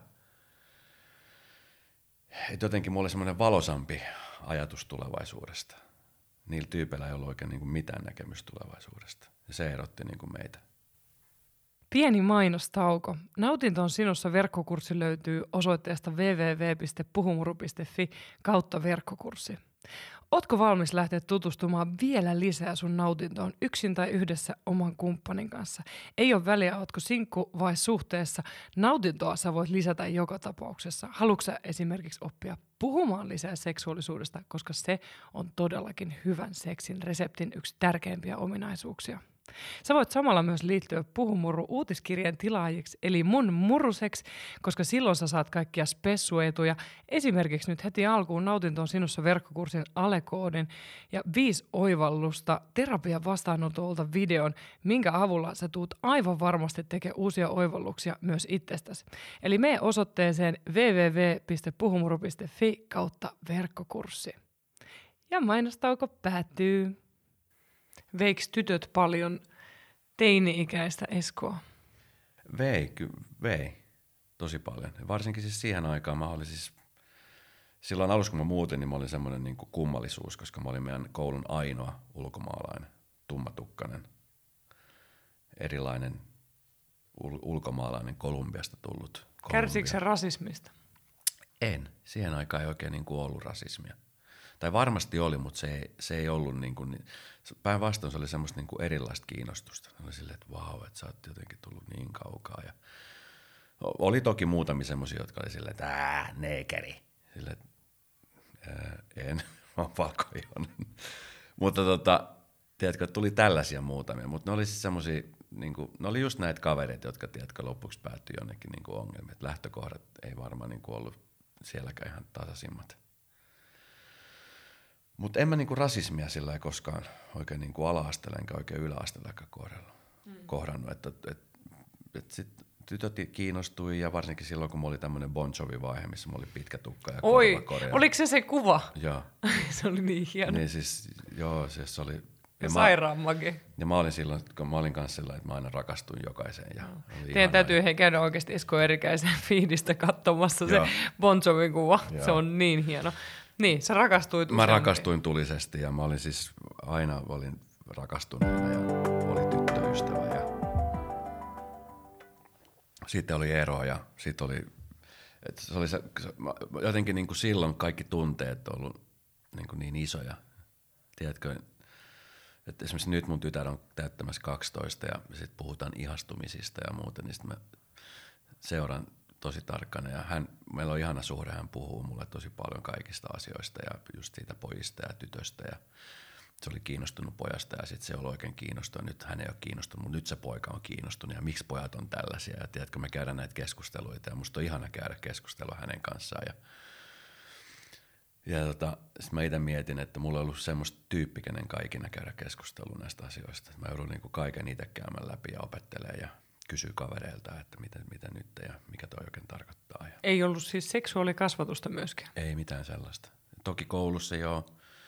et jotenkin mulla oli semmoinen valosampi ajatus tulevaisuudesta. Niillä tyypeillä ei ollut oikein niinku mitään näkemystä tulevaisuudesta ja se erotti niinku meitä. Pieni mainostauko. Nautinto on sinussa -verkkokurssi löytyy osoitteesta double-u double-u double-u piste puhumuru piste fi kautta verkkokurssi. Ootko valmis lähteä tutustumaan vielä lisää sun nautintoon yksin tai yhdessä oman kumppanin kanssa? Ei ole väliä, ootko sinkku vai suhteessa. Nautintoa sä voit lisätä joka tapauksessa. Haluatko sä esimerkiksi oppia puhumaan lisää seksuaalisuudesta, koska se on todellakin hyvän seksin reseptin yksi tärkeimpiä ominaisuuksia. Sä voit samalla myös liittyä Puhumuru uutiskirjeen tilaajiksi, eli mun muruseks, koska silloin sä saat kaikkia spessuetuja. Esimerkiksi nyt heti alkuun Nautinto on sinussa -verkkokurssin alekoodin ja viisi oivallusta terapian vastaanotolta videon, minkä avulla sä tuut aivan varmasti tekemään uusia oivalluksia myös itsestäsi. Eli mene osoitteeseen double-u double-u double-u piste puhumuru piste fi kautta verkkokurssi. Ja mainostauko päättyy. Veiks tytöt paljon teini-ikäistä Eskoa? Vei, ky, vei. Tosi paljon. Varsinkin siis siihen aikaan mä olin siis, silloin alussa kun mä muutin, niin mä olin semmoinen niin kuin kummallisuus, koska mä olin meidän koulun ainoa ulkomaalainen, tummatukkainen, erilainen ul- ulkomaalainen Kolumbiasta tullut. Kärsikö se rasismista? En. Siihen aikaan ei oikein niin kuin ollut rasismia. Tai varmasti oli, mutta se ei, se ei ollut niin kuin, päinvastoin se oli semmoista niin kuin erilaista kiinnostusta. Oli silleen, että vau, että sä oot jotenkin tullut niin kaukaa. Ja oli toki muutamia semmoisia, jotka oli silleen, että ää, neekeri. Silleen, ää, en, mä oon valkoihoinen. Mutta tota, tiedätkö, tuli tällaisia muutamia, mutta ne oli siis semmoisia, niin kuin, ne oli just näitä kavereita, jotka tiedätkö, lopuksi päättyi jonnekin niin kuin ongelmiin. Et lähtökohdat ei varmaan niin kuin ollut sielläkään ihan tasaisimmat. Mutta en mä niinku rasismia sillä ei koskaan oikein niinku ala-asteella enkä oikein yläasteellakaan mm. kohdannut. Että, et, et sit tytöt kiinnostui ja varsinkin silloin, kun mulla oli tämmönen Bon Jovi-vaihe, missä mulla oli pitkä tukka ja korvakorja. Oliko se se kuva? Joo. Se oli niin hieno. Niin siis, joo, siis se oli... Ja, ja sairaan mage. Ja mä olin silloin, kun mä olin kanssa sillä, että mä aina rakastuin jokaiseen. Ja no. Teidän täytyy hei käydä oikeasti Esko Erikäisen feedistä katsomassa joo. se Bon Jovin kuva. Joo. Se on niin hieno. Niin, sä rakastuit Mä rakastuin tulisesti ja mä olin siis aina olin rakastuneena ja oli tyttöystävä ja sitten oli ero ja sitten oli, että se oli se, jotenkin niin kuin silloin kaikki tunteet on ollut niin, kuin niin isoja tiedätkö, että esimerkiksi nyt mun tytär on täyttämässä kaksitoista ja sitten puhutaan ihastumisista ja muuta, niin sitten mä seuraan tosi tarkkana ja hän, meillä on ihana suhde, hän puhuu mulle tosi paljon kaikista asioista ja just siitä pojista ja tytöstä ja se oli kiinnostunut pojasta ja sitten se ei ollut oikein kiinnostunut, nyt hän ei ole kiinnostunut, mutta nyt se poika on kiinnostunut ja miksi pojat on tällaisia ja tiedätkö, me käydään näitä keskusteluita ja musta on ihana käydä keskustelua hänen kanssaan ja Ja tota, sit mä itse mietin, että mulla on ollut semmoista tyyppi, kenen kaikina käydä keskustelua näistä asioista. Mä joudun niinku kaiken itse käymään läpi ja opettelee ja kysyy kavereilta, että mitä, mitä nyt ja mikä toi oikein tarkoittaa. Ja ei ollut siis seksuaalikasvatusta myöskään? Ei mitään sellaista. Toki koulussa joo.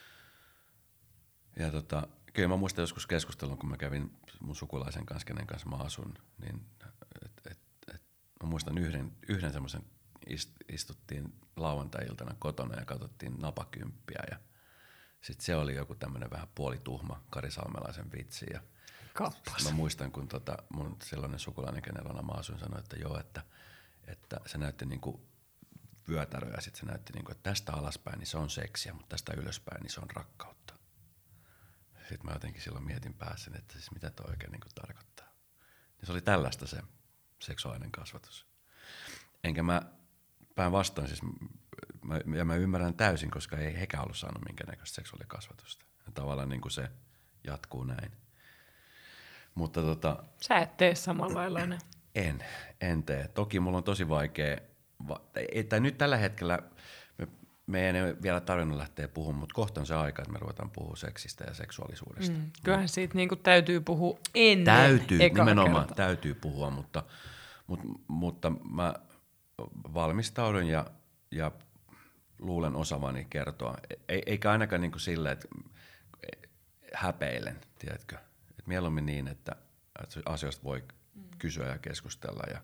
Ja tota, kyllä mä muistan joskus keskustelun, kun mä kävin mun sukulaisen kanssa, kenen kanssa mä asun, niin et, et, et, mä muistan yhden, yhden semmoisen istuttiin lauantai-iltana kotona ja katsottiin napakymppiä ja sitten se oli joku tämmöinen vähän puolituhma Kari Salmelaisen vitsi ja mä muistan, kun tota mun sellainen sukulainen, kenellä mä asuin, sanoi, että joo, että, että se näytti niinku vyötäröä ja sitten se näytti niinku, että tästä alaspäin niin se on seksiä, mutta tästä ylöspäin niin se on rakkautta. Sitten mä jotenkin silloin mietin päässä, että siis mitä toi oikein niinku tarkoittaa. Ja se oli tällaista se seksuaalinen kasvatus. Enkä mä päinvastoin, siis mä, ja mä ymmärrän täysin, koska ei hekään ollut saanut minkäännäköistä seksuaalikasvatusta. Ja tavallaan niin kuin se jatkuu näin. Mutta tota, sä et tee samanlainen. En, en tee. Toki mulla on tosi vaikea, va, että nyt tällä hetkellä me, me ei vielä tarvinnut lähteä puhumaan, mutta kohta on se aika, että me ruvetaan puhua seksistä ja seksuaalisuudesta. Mm, kyllähän siitä niinku täytyy puhua ennen. Täytyy, nimenomaan kerta. Täytyy puhua, mutta, mutta, mutta mä valmistaudun ja, ja luulen osavani kertoa, e, eikä ainakaan niin kuin silleen, että häpeilen, tiedätkö? Et mieluummin niin, että, että asioista voi mm. kysyä ja keskustella ja,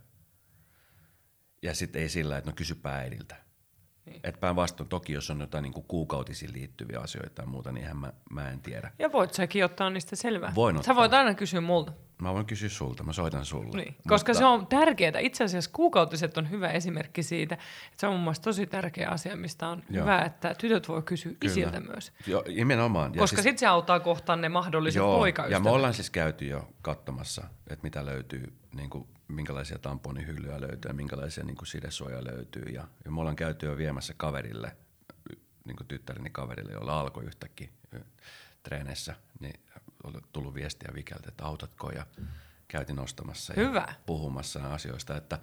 ja sitten ei sillä, että no kysypä äidiltä. Niin. Että päinvastoin toki, jos on jotain niin kuin kuukautisiin liittyviä asioita ja muuta, niin eihän mä, mä en tiedä. Ja voit säkin ottaa niistä selvää. Voin ottaa. Sä voit aina kysyä multa. Mä voin kysyä sulta, mä soitan sulle. Niin, koska mutta se on tärkeää. Itse asiassa kuukautiset on hyvä esimerkki siitä, että se on mun mielestä tosi tärkeä asia, mistä on joo. hyvä, että tytöt voi kysyä Kyllä. isiltä myös. Joo, nimenomaan. Ja koska siis, sitten se auttaa kohtaan ne mahdolliset joo, poikaystävät. Ja me ollaan siis käyty jo katsomassa, että mitä löytyy, niin kuin, minkälaisia tamponihyllyjä löytyy ja minkälaisia niin kuin sidesuoja löytyy. Ja, ja me ollaan käyty jo viemässä kaverille, niin kuin tyttäreni kaverille, jolla alkoi yhtäkkiä treeneissä, niin on tullut viestiä Vikeltä, että autatko ja mm. käytin ostamassa ja Hyvä. puhumassa asioista, että,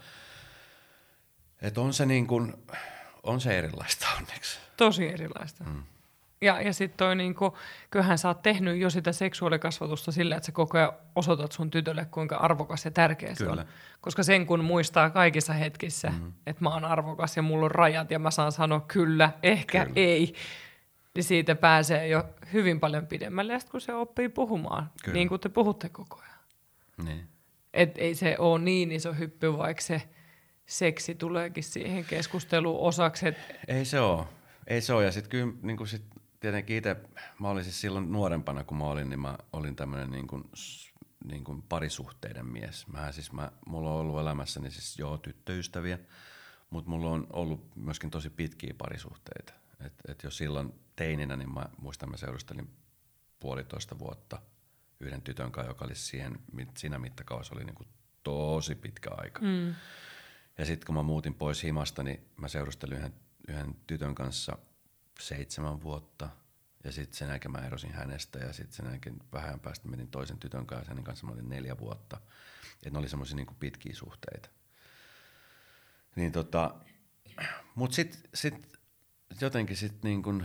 että on, se niin kuin, on se erilaista onneksi. Tosi erilaista. Mm. Ja, ja sitten toi niinku, kyllähän sä oot tehnyt jo sitä seksuaalikasvatusta sillä, että sä koko ajan osoitat sun tytölle, kuinka arvokas ja tärkeä se on. Koska sen kun muistaa kaikissa hetkissä, mm-hmm. että mä oon arvokas ja mulla on rajat ja mä saan sanoa kyllä, ehkä kyllä. ei, niin siitä pääsee jo hyvin paljon pidemmälle, ja sit kun se oppii puhumaan, kyllä. niin kuin te puhutte koko ajan. Niin. Et ei se ole niin iso hyppy, vaikka se seksi tuleekin siihen keskusteluun osaksi. Et ei se ole. Ei se ole. Ja sitten kyllä niin kuin sit tietenkin itse, mä olin siis silloin nuorempana, kun mä olin, niin mä olin tämmöinen niin kuin, niin kuin parisuhteiden mies. Mä siis, mä, mulla on ollut elämässäni siis joo tyttöystäviä, mutta mulla on ollut myöskin tosi pitkiä parisuhteita. Et, et jo silloin teininä, niin mä muistan, mä seurustelin puolitoista vuotta yhden tytön kanssa, joka oli siihen, siinä mittakaavassa oli niin kuin tosi pitkä aika. Mm. Ja sitten kun mä muutin pois himasta, niin mä seurustelin yhden, yhden tytön kanssa seitsemän vuotta. Ja sitten sen jälkeen mä erosin hänestä ja sitten sen jälkeen vähän päästä menin toisen tytön kanssa ja hänen kanssa mä olin neljä vuotta. Että ne oli semmoisia niin kuin pitkiä suhteita. Niin tota, mut sitten sit jotenkin sitten niin kuin,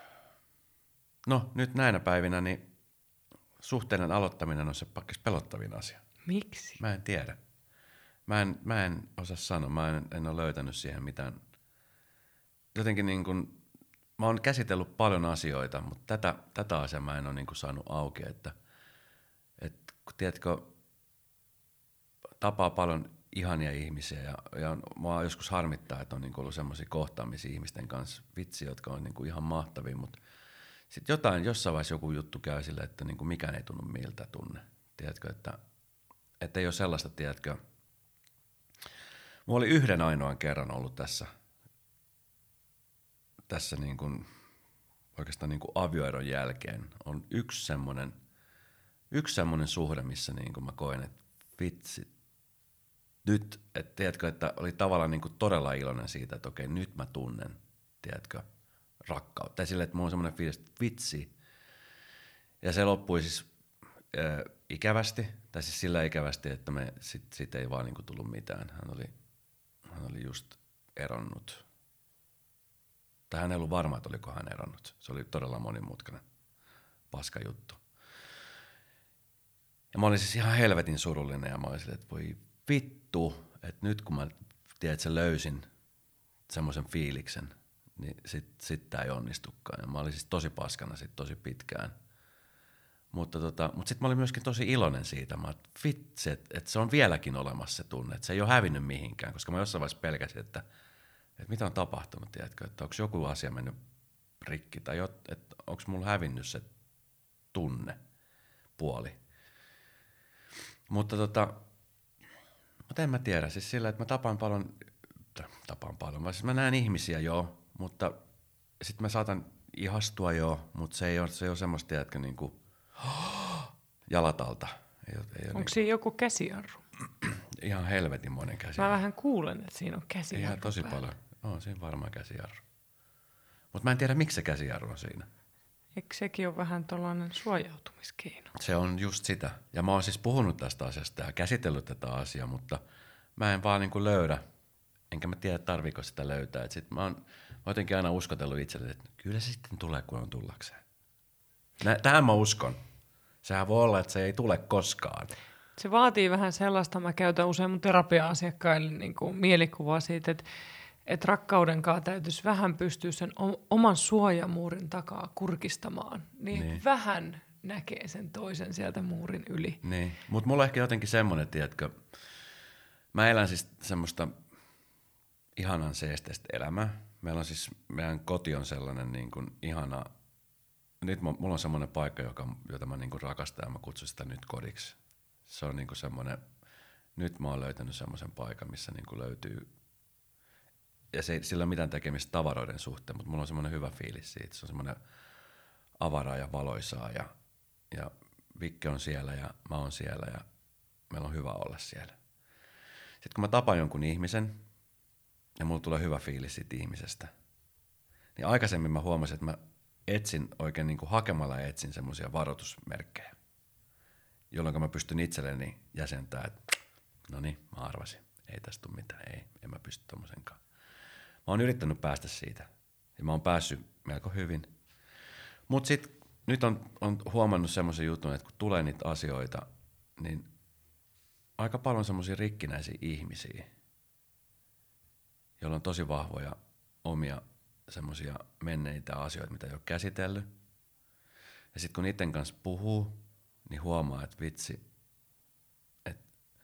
no nyt näinä päivinä niin suhteiden aloittaminen on se pakkis pelottavin asia. Miksi? Mä en tiedä. Mä en, mä en osaa sanoa, mä en, en ole löytänyt siihen mitään. Jotenkin niin kuin, mä oon käsitellyt paljon asioita, mutta tätä, tätä asiaa mä en ole niin kuin saanut auki, että et, kun tiedätkö, tapaa paljon ihania ihmisiä ja, ja mua joskus harmittaa, että on niin kuin ollut semmoisia kohtaamisia ihmisten kanssa, vitsi, jotka on niin kuin ihan mahtavia, mutta sitten jotain, jossain vaiheessa joku juttu käy sille, että niin kuin mikään ei tunnu miltä tunne. Tiedätkö, että, että ei ole sellaista, tiedätkö. Mulla oli yhden ainoan kerran ollut tässä, tässä niin kuin, oikeastaan niin kuin avioeron jälkeen on yksi semmoinen, yksi semmoinen suhde, missä niin kuin mä koen, että vitsi, nyt, että tiedätkö, että oli tavallaan niin kuin todella iloinen siitä, että okei, nyt mä tunnen, tiedätkö, rakkautta. Tai silleen, että mulla on semmoinen fiilis, että vitsi. Ja se loppui siis äh, ikävästi, tai siis sillä ikävästi, että me sit, sit ei vaan niin kuin tullut mitään. Hän oli, hän oli just eronnut. Tai hän ei ollut varma, että oliko hän eronnut. Se oli todella monimutkainen paska juttu. Ja mä olin siis ihan helvetin surullinen ja mä olin silleen, että voi vittu, että nyt kun mä tiedät, löysin semmoisen fiiliksen, niin sit, sit tää ei onnistukaan. Ja mä olin siis tosi paskana sit tosi pitkään. Mutta tota, mut sit mä olin myöskin tosi iloinen siitä. Mä olin, vitsi, että et se on vieläkin olemassa se tunne, että se ei ole hävinnyt mihinkään. Koska mä jossain vaiheessa pelkäsin, että, että mitä on tapahtunut, tiedätkö, että onko joku asia mennyt rikki tai että onko mulla hävinnyt se tunne, puoli. Mutta tota, mutta en mä tiedä, siis sillä, että mä tapaan paljon, tapaan paljon, vaan siis mä näen ihmisiä joo, mutta sit mä saatan ihastua joo, mutta se ei ole, se ei ole semmoista, tiedätkö, niinku jalat alta. Ei ole, ei ole onko niinku, siinä joku käsijarru? ihan helvetin monen käsijarru. Mä vähän kuulen, että siinä on käsijarru. Ihan tosi päällä. Paljon. On siinä varmaan käsijarru. Mutta mä en tiedä, miksi se käsijarru on siinä. Eikö sekin ole vähän tuollainen suojautumiskeino? Se on just sitä. Ja mä oon siis puhunut tästä asiasta ja käsitellyt tätä asiaa, mutta mä en vaan niinku löydä, enkä mä tiedä tarviiko sitä löytää. Et sit mä oon jotenkin aina uskotellut itselleni, että kyllä se sitten tulee, kun on tullakseen. Nä, tähän mä uskon. Sehän voi olla, että se ei tule koskaan. Se vaatii vähän sellaista, mä käytän usein mun terapia-asiakkaille niin kuin mielikuvaa siitä, että että rakkaudenkaan täytyisi vähän pystyä sen oman suojamuurin takaa kurkistamaan, niin, niin. vähän näkee sen toisen sieltä muurin yli. Niin, mutta mulla on ehkä jotenkin semmoinen, tiedätkö, mä elän siis semmoista ihanan seesteistä elämää. Meillä on siis, meidän koti on sellainen niin kuin ihana, nyt mulla on semmoinen paikka, joka, jota mä niin kuin rakastan ja mä kutsun sitä nyt kodiksi. Se on niin kuin semmoinen, nyt mä oon löytänyt semmoisen paikan, missä niin kuin löytyy, ja se, sillä ei ole mitään tekemistä tavaroiden suhteen, mutta mulla on semmoinen hyvä fiilis siitä. Se on semmoinen avaraa ja valoisaa ja, ja Vikke on siellä ja mä oon siellä ja meillä on hyvä olla siellä. Sitten kun mä tapaan jonkun ihmisen ja mulla tulee hyvä fiilis siitä ihmisestä, niin aikaisemmin mä huomasin, että mä etsin oikein niin kuin hakemalla etsin semmoisia varoitusmerkkejä, jolloin mä pystyn itselleni jäsentämään, että no niin, mä arvasin, ei tästä tule mitään, ei, en mä pysty tommosenkaan. Mä oon yrittänyt päästä siitä ja mä oon päässyt melko hyvin. Mut sit nyt on, on huomannut semmoisen jutun, että kun tulee niitä asioita, niin aika paljon semmoisia rikkinäisiä ihmisiä, joilla on tosi vahvoja omia semmoisia menneitä asioita, mitä ei ole käsitellyt. Ja sit kun niiden kanssa puhuu, niin huomaa, että vitsi, että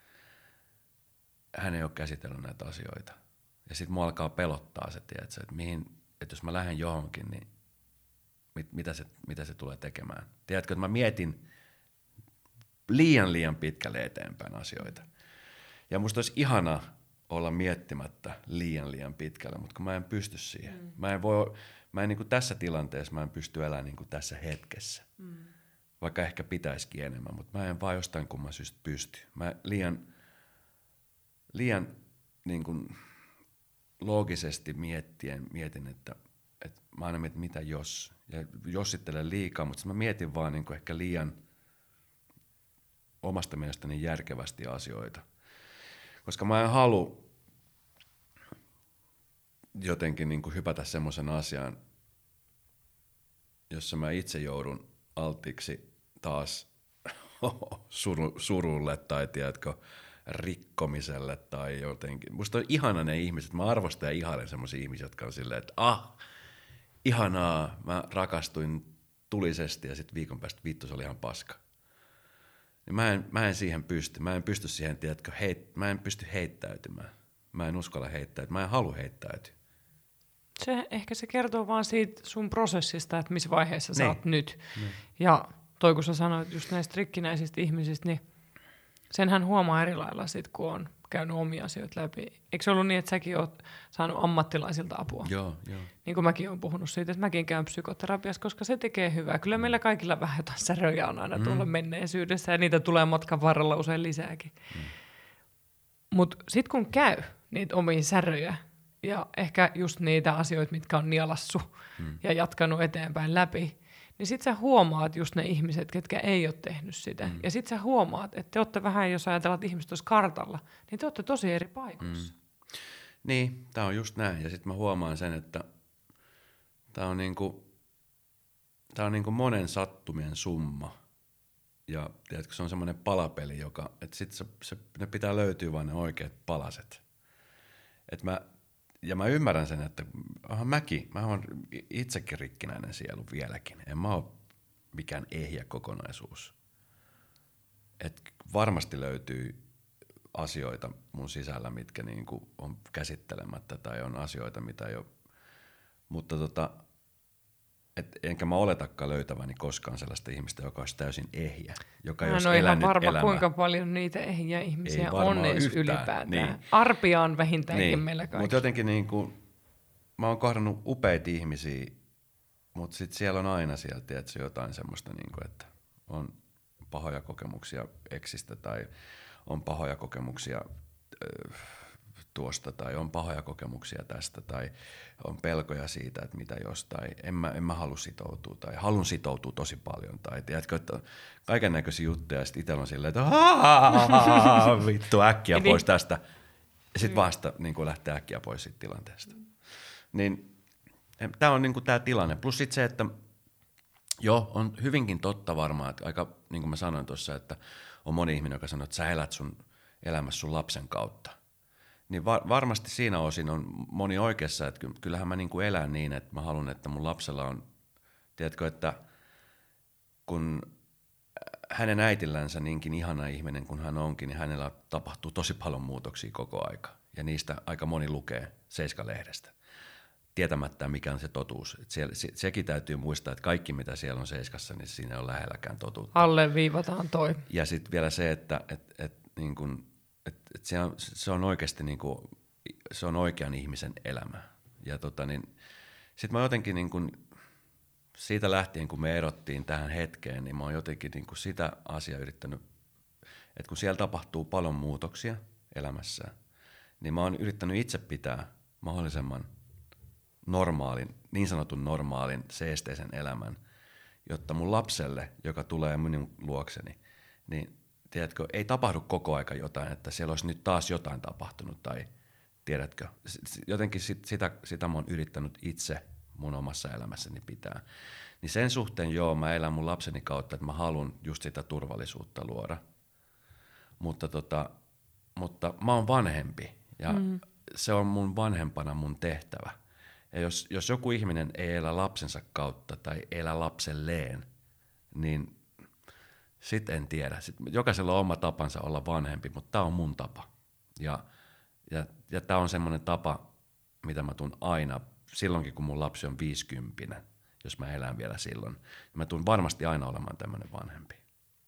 hän ei ole käsitellyt näitä asioita. Ja sit mua alkaa pelottaa se, tiedätkö, että, mihin, että jos mä lähden johonkin, niin mit, mitä, se, mitä se tulee tekemään. Tiedätkö, että mä mietin liian liian pitkälle eteenpäin asioita. Ja musta olisi ihana olla miettimättä liian liian pitkälle, mutta kun mä en pysty siihen. Mm. Mä en voi, mä en niin kuin tässä tilanteessa, mä en pysty elämään niin kuin tässä hetkessä. Mm. Vaikka ehkä pitäisikin enemmän, mutta mä en vaan jostain kumman syystä pysty. Mä liian, liian niin kuin loogisesti miettien mietin, että, että mä aina mietin, mitä jos. Ja jossittelen liikaa, mutta mä mietin vaan niin kuin ehkä liian omasta mielestäni järkevästi asioita. Koska mä en halua jotenkin niin kuin hypätä semmoisen asian, jossa mä itse joudun alttiiksi taas suru, surulle tai tiedätkö, rikkomiselle tai jotenkin. Musta on ihana ne ihmiset, mä arvostan ja ihailen semmoisia ihmisiä, jotka on silleen, että ah, ihanaa, mä rakastuin tulisesti ja sitten viikon päästä vittu se oli ihan paska. Niin mä, en, mä en siihen pysty, mä en pysty siihen, tiedätkö, heit, mä en pysty heittäytymään. Mä en uskalla heittäytyä, mä en halua heittäytyä. Se, ehkä se kertoo vaan siitä sun prosessista, että missä vaiheessa ne. sä oot nyt. Ne. Ja toi kun sä sanoit just näistä rikkinäisistä ihmisistä, niin senhän huomaa eri lailla sit, kun on käynyt omia asioita läpi. Eikö se ollut niin, että säkin oot saanut ammattilaisilta apua? Joo, joo. Niin kuin mäkin olen puhunut siitä, että mäkin käyn psykoterapiassa, koska se tekee hyvää. Kyllä meillä kaikilla vähän jotain säröjä on aina mm. tuolla menneisyydessä ja niitä tulee matkan varrella usein lisääkin. Mm. Mutta sitten kun käy niitä omia säröjä ja ehkä just niitä asioita, mitkä on nielassu mm. ja jatkanut eteenpäin läpi, niin sit sä huomaat just ne ihmiset, ketkä ei ole tehnyt sitä. Mm. Ja sit sä huomaat, että te olette vähän, jos ajatellaan, että ihmiset olisi kartalla, niin te olette tosi eri paikoissa. Mm. Niin, tää on just näin. Ja sit mä huomaan sen, että tää on niinku, tää on niinku monen sattumien summa. Ja tiedätkö, se on semmoinen palapeli, joka, että sit se, se, ne pitää löytyä vain ne oikeat palaset. Et mä, ja mä ymmärrän sen, että aha, mäkin, mä oon itsekin rikkinäinen sielu vieläkin. En mä oo mikään ehjä kokonaisuus. Et varmasti löytyy asioita mun sisällä, mitkä niinku on käsittelemättä tai on asioita, mitä ei ole. Mutta tota, et enkä mä oletakaan löytäväni koskaan sellaista ihmistä, joka olisi täysin ehjä. Joka mä en ole ihan varma, elämää. Kuinka paljon niitä ehjiä ihmisiä on edes yhtään. Ylipäätään. Niin. Arpia on vähintäänkin niin. Meillä kaikki. Mutta jotenkin niinku, mä oon kohdannut upeita ihmisiä, mutta sitten siellä on aina sieltä tiedätkö, jotain semmoista, niinku, että on pahoja kokemuksia eksistä tai on pahoja kokemuksia äh, tuosta tai on pahoja kokemuksia tästä tai on pelkoja siitä, että mitä jostain, en mä, en mä halua sitoutua tai haluan sitoutua tosi paljon tai tiedätkö, että on kaiken näköisiä juttuja ja sitten itsellä on silleen, että vittu äkkiä pois tästä ja sitten vasta niin lähtee äkkiä pois siitä tilanteesta. Niin tämä on niin tämä tilanne. Plus sitten se, että joo, on hyvinkin totta varmaan, että aika niin kuin mä sanoin tuossa, että on moni ihminen, joka sanoo, että sä elät sun elämässä sun lapsen kautta. Niin var- varmasti siinä osin on moni oikeassa, että kyllähän mä niinku elän niin, että mä haluan, että mun lapsella on, tiedätkö, että kun hänen äitillänsä niinkin ihana ihminen kuin hän onkin, niin hänellä tapahtuu tosi paljon muutoksia koko aika. Ja niistä aika moni lukee Seiska-lehdestä, tietämättä mikä on se totuus. Et siellä, se, sekin täytyy muistaa, että kaikki mitä siellä on Seiskassa, niin siinä ei ole lähelläkään totuutta. Alleviivataan toi. Ja sitten vielä se, että et, et, niin kun, et, et se, on, se on oikeasti niinku, se on oikean ihmisen elämä. Ja tota niin, sit mä jotenkin niin kun, siitä lähtien, kun me erottiin tähän hetkeen, niin mä oon jotenkin niin kun sitä asiaa yrittänyt, että kun siellä tapahtuu paljon muutoksia elämässä, niin mä oon yrittänyt itse pitää mahdollisimman normaalin, niin sanotun normaalin, seesteisen elämän, jotta mun lapselle, joka tulee minun luokseni, niin tiedätkö, ei tapahdu koko aika jotain, että siellä olisi nyt taas jotain tapahtunut, tai tiedätkö, jotenkin sit, sitä, sitä mä oon yrittänyt itse mun omassa elämässäni pitää. Niin sen suhteen joo, mä elän mun lapseni kautta, että mä haluan just sitä turvallisuutta luoda. Mutta, tota, mutta mä oon vanhempi, ja mm. se on mun vanhempana mun tehtävä. Ja jos, jos joku ihminen ei elä lapsensa kautta tai elä lapselleen, niin sit en tiedä. Sit jokaisella on oma tapansa olla vanhempi, mutta tää on mun tapa. Ja, ja, ja tää on semmoinen tapa, mitä mä tuun aina, silloinkin kun mun lapsi on viisikymppinen, jos mä elän vielä silloin, niin mä tuun varmasti aina olemaan tämmöinen vanhempi.